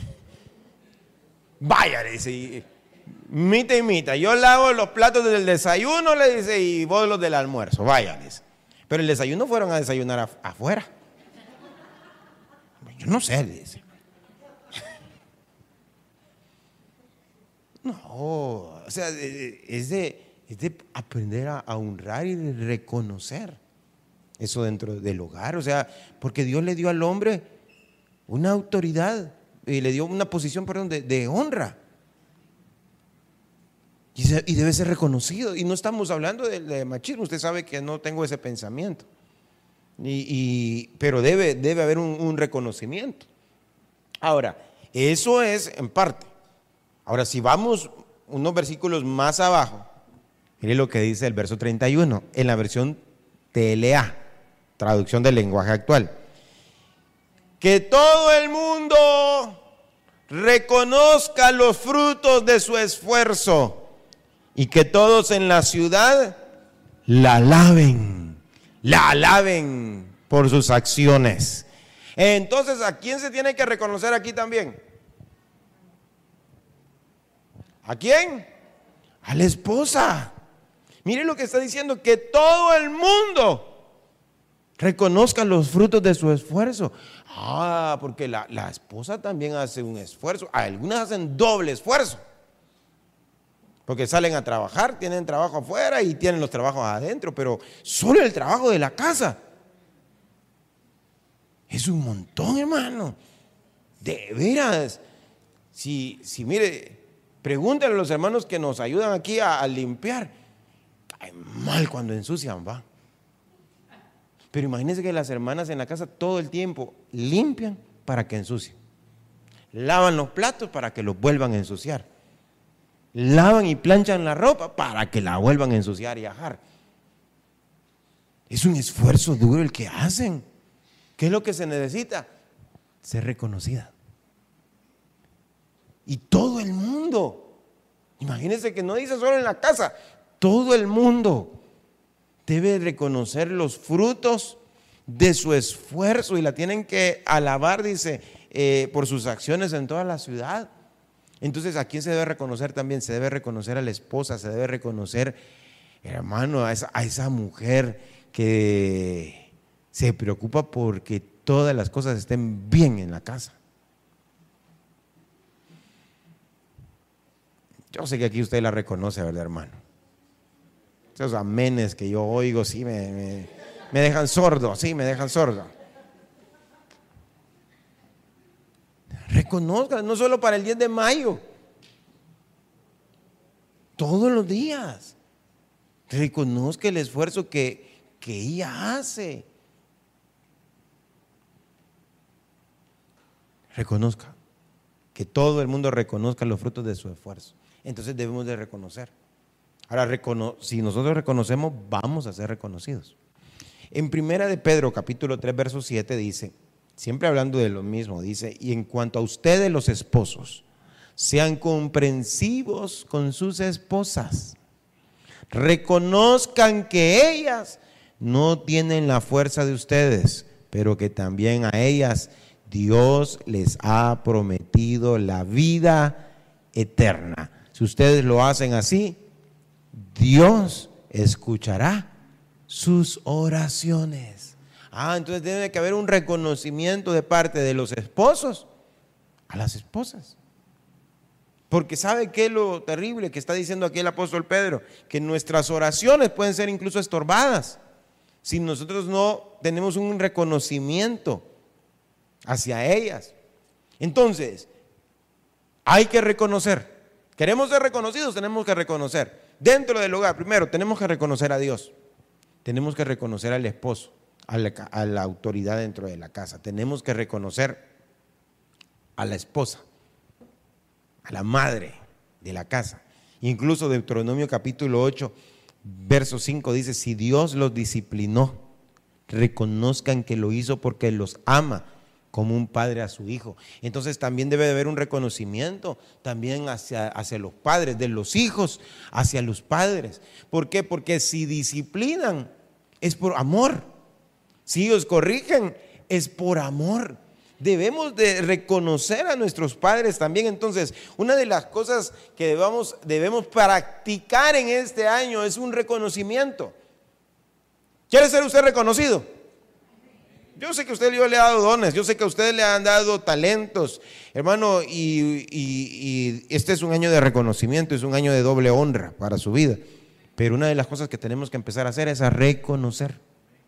Vaya, le dice, mita y mita, yo lavo los platos del desayuno, le dice, y vos los del almuerzo, vaya, le dice. Pero el desayuno fueron a desayunar af- afuera. Yo no sé, le dice. No, o sea, es de, es de aprender a, a honrar y de reconocer eso dentro del hogar. O sea, porque Dios le dio al hombre una autoridad y le dio una posición, perdón, de, de honra. Y, se, y debe ser reconocido. Y no estamos hablando de, de machismo, usted sabe que no tengo ese pensamiento. Y, y, pero debe, debe haber un, un reconocimiento. Ahora, eso es en parte. Ahora, si vamos unos versículos más abajo, mire lo que dice el verso treinta y uno, en la versión T L A, traducción del lenguaje actual. Que todo el mundo reconozca los frutos de su esfuerzo y que todos en la ciudad la alaben, la alaben por sus acciones. Entonces, ¿a quién se tiene que reconocer aquí también? ¿A quién? A la esposa. Mire lo que está diciendo, que todo el mundo reconozca los frutos de su esfuerzo. Ah, porque la, la esposa también hace un esfuerzo. Algunas hacen doble esfuerzo. Porque salen a trabajar, tienen trabajo afuera y tienen los trabajos adentro, pero solo el trabajo de la casa es un montón, hermano. De veras. Si, si mire, pregúntenle a los hermanos que nos ayudan aquí a, a limpiar. Ay, mal cuando ensucian, va. Pero imagínense que las hermanas en la casa todo el tiempo limpian para que ensucien. Lavan los platos para que los vuelvan a ensuciar. Lavan y planchan la ropa para que la vuelvan a ensuciar y ajar. Es un esfuerzo duro el que hacen. ¿Qué es lo que se necesita? Ser reconocida. Y todo el mundo, imagínense que no dice solo en la casa, todo el mundo debe reconocer los frutos de su esfuerzo y la tienen que alabar, dice, eh, por sus acciones en toda la ciudad. Entonces, ¿a quién se debe reconocer también? Se debe reconocer a la esposa, se debe reconocer, hermano, a esa, a esa mujer que se preocupa porque todas las cosas estén bien en la casa. Yo sé que aquí usted la reconoce, ¿verdad, hermano? Esos amenes que yo oigo, sí, me, me, me dejan sordo, sí, me dejan sordo. Reconozca, no solo para el diez de mayo, todos los días. Reconozca el esfuerzo que, que ella hace. Reconozca, que todo el mundo reconozca los frutos de su esfuerzo. Entonces debemos de reconocer. Ahora, recono- si nosotros reconocemos, vamos a ser reconocidos. En Primera de Pedro, capítulo tres, verso siete, dice, siempre hablando de lo mismo, dice, y en cuanto a ustedes los esposos, sean comprensivos con sus esposas, reconozcan que ellas no tienen la fuerza de ustedes, pero que también a ellas Dios les ha prometido la vida eterna. Si ustedes lo hacen así, Dios escuchará sus oraciones. Ah, entonces debe que haber un reconocimiento de parte de los esposos a las esposas. Porque ¿sabe qué es lo terrible que está diciendo aquí el apóstol Pedro? Que nuestras oraciones pueden ser incluso estorbadas si nosotros no tenemos un reconocimiento hacia ellas. Entonces, hay que reconocer. Queremos ser reconocidos, tenemos que reconocer. Dentro del hogar, primero, tenemos que reconocer a Dios. Tenemos que reconocer al esposo, a la, a la autoridad dentro de la casa. Tenemos que reconocer a la esposa, a la madre de la casa. Incluso Deuteronomio capítulo ocho, verso cinco dice, si Dios los disciplinó, reconozcan que lo hizo porque los ama, como un padre a su hijo. Entonces también debe de haber un reconocimiento también hacia, hacia los padres, de los hijos hacia los padres. ¿Por qué? Porque si disciplinan es por amor, si ellos corrigen es por amor. Debemos de reconocer a nuestros padres también. Entonces, una de las cosas que debamos, debemos practicar en este año es un reconocimiento. ¿Quiere ser usted reconocido? Yo sé que usted yo le ha dado dones, yo sé que a usted le han dado talentos, hermano, y, y, y este es un año de reconocimiento, es un año de doble honra para su vida. Pero una de las cosas que tenemos que empezar a hacer es a reconocer,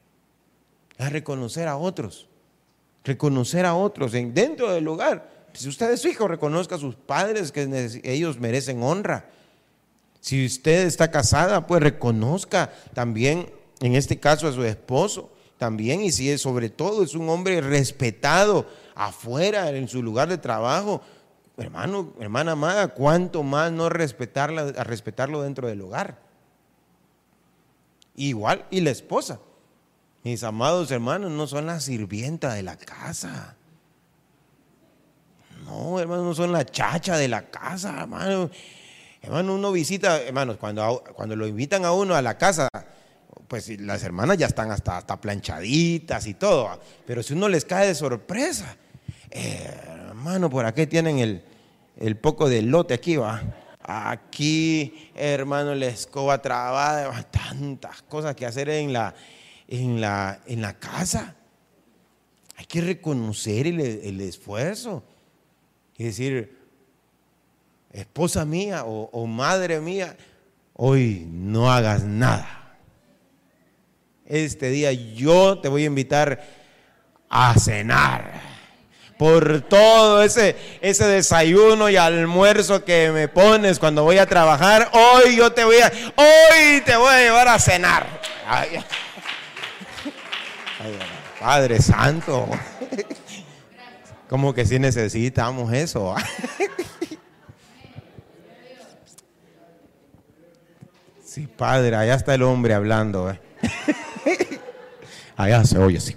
a reconocer a otros, reconocer a otros en, dentro del hogar. Si usted es hijo, reconozca a sus padres, que ellos merecen honra. Si usted está casada, pues reconozca también, en este caso, a su esposo. También, y si es sobre todo es un hombre respetado afuera en su lugar de trabajo, hermano, hermana amada, cuánto más no respetarla, a respetarlo dentro del hogar. Igual, y la esposa, mis amados hermanos, no son la sirvienta de la casa. No, hermanos, no son la chacha de la casa, hermano. Hermano, uno visita, hermanos, cuando, cuando lo invitan a uno a la casa, pues las hermanas ya están hasta, hasta planchaditas y todo, pero si uno les cae de sorpresa, eh, hermano, por aquí tienen el, el poco de lote aquí, va. Aquí, hermano, la escoba trabada, tantas cosas que hacer en la, en la, en la casa. Hay que reconocer el, el esfuerzo y decir, esposa mía o, o madre mía, hoy no hagas nada. Este día yo te voy a invitar a cenar por todo ese, ese desayuno y almuerzo que me pones cuando voy a trabajar. Hoy yo te voy a, hoy te voy a llevar a cenar. Ay, ay, Padre Santo, como que sí necesitamos eso. Sí, Padre, allá está el hombre hablando, ¿eh? Allá se oye así.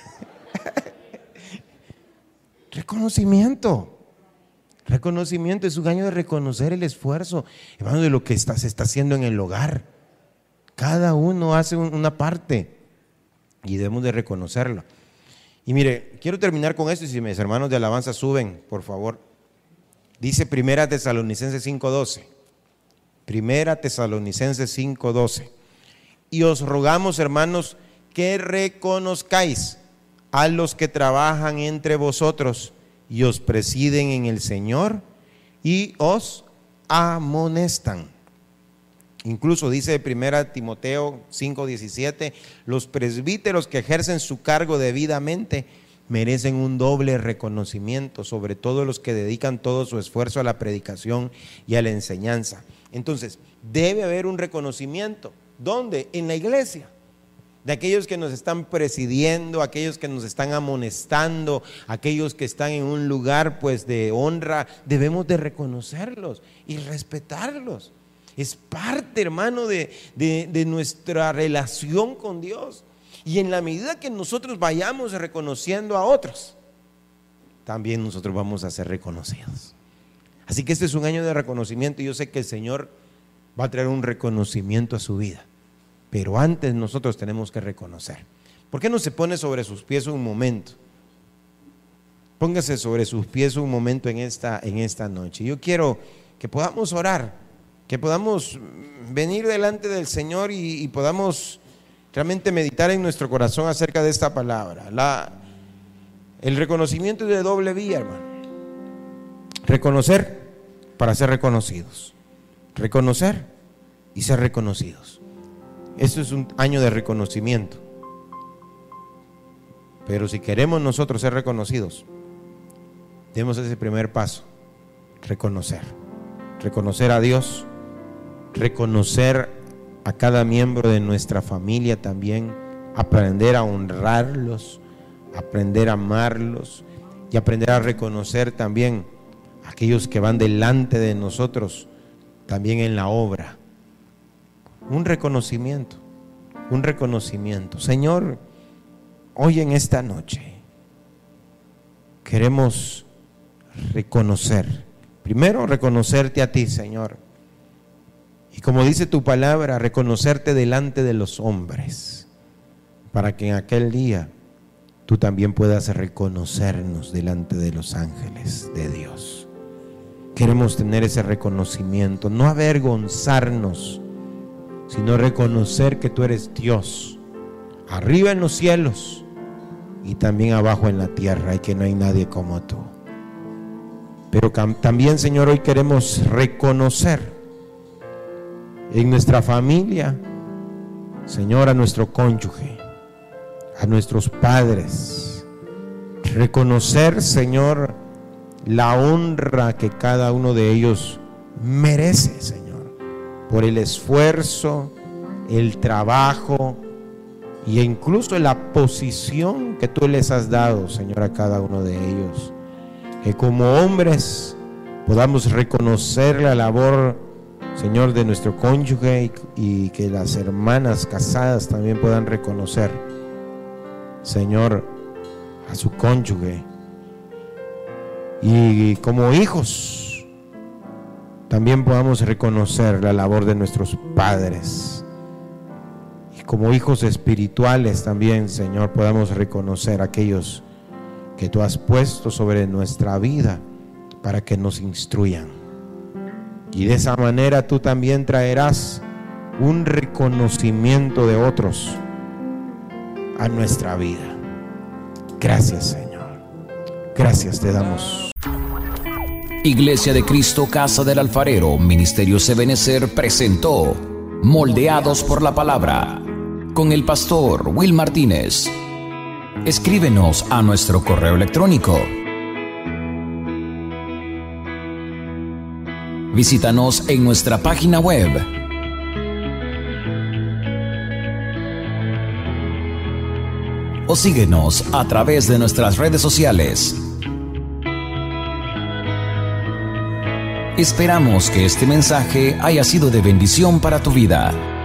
Reconocimiento. Reconocimiento es un año de reconocer el esfuerzo, hermano, de lo que está, se está haciendo en el hogar. Cada uno hace una parte y debemos de reconocerlo. Y mire, quiero terminar con esto y si mis hermanos de alabanza suben, por favor. Dice Primera Tesalonicenses cinco doce. Primera Tesalonicenses cinco doce. Y os rogamos, hermanos, que reconozcáis a los que trabajan entre vosotros y os presiden en el Señor y os amonestan. Incluso dice Primera Timoteo cinco diecisiete, los presbíteros que ejercen su cargo debidamente merecen un doble reconocimiento, sobre todo los que dedican todo su esfuerzo a la predicación y a la enseñanza. Entonces, debe haber un reconocimiento. ¿Dónde? En la iglesia. De aquellos que nos están presidiendo, aquellos que nos están amonestando, aquellos que están en un lugar pues de honra, debemos de reconocerlos y respetarlos. Es parte, hermano, de, de, de nuestra relación con Dios. Y en la medida que nosotros vayamos reconociendo a otros, también nosotros vamos a ser reconocidos. Así que este es un año de reconocimiento y yo sé que el Señor va a traer un reconocimiento a su vida. Pero antes nosotros tenemos que reconocer. ¿Por qué no se pone sobre sus pies un momento? Póngase sobre sus pies un momento en esta, en esta noche. Yo quiero que podamos orar, que podamos venir delante del Señor y, y podamos realmente meditar en nuestro corazón acerca de esta palabra. La, el reconocimiento es de doble vía, hermano. Reconocer para ser reconocidos. Reconocer y ser reconocidos. Esto es un año de reconocimiento. Pero si queremos nosotros ser reconocidos, demos ese primer paso. Reconocer. Reconocer a Dios. Reconocer a cada miembro de nuestra familia también. Aprender a honrarlos. Aprender a amarlos. Y aprender a reconocer también a aquellos que van delante de nosotros, también en la obra. Un reconocimiento, un reconocimiento. Señor, hoy en esta noche queremos reconocer, primero reconocerte a ti, Señor. Y como dice tu palabra, reconocerte delante de los hombres, para que en aquel día tú también puedas reconocernos delante de los ángeles de Dios. Queremos tener ese reconocimiento, no avergonzarnos, sino reconocer que tú eres Dios, arriba en los cielos y también abajo en la tierra, y que no hay nadie como tú. Pero también, Señor, hoy queremos reconocer en nuestra familia, Señor, a nuestro cónyuge, a nuestros padres. Reconocer, Señor, la honra que cada uno de ellos merece, Señor, por el esfuerzo, el trabajo e incluso la posición que tú les has dado, Señor, a cada uno de ellos. Que como hombres podamos reconocer la labor, Señor, de nuestro cónyuge, y, y que las hermanas casadas también puedan reconocer, Señor, a su cónyuge. Y como hijos también podamos reconocer la labor de nuestros padres. Y como hijos espirituales también, Señor, podamos reconocer a aquellos que tú has puesto sobre nuestra vida para que nos instruyan. Y de esa manera tú también traerás un reconocimiento de otros a nuestra vida. Gracias, Señor. Gracias te damos. Iglesia de Cristo, Casa del Alfarero, Ministerio Ebenecer presentó Moldeados por la Palabra con el pastor Will Martínez. Escríbenos a nuestro correo electrónico. Visítanos en nuestra página web. O síguenos a través de nuestras redes sociales. Esperamos que este mensaje haya sido de bendición para tu vida.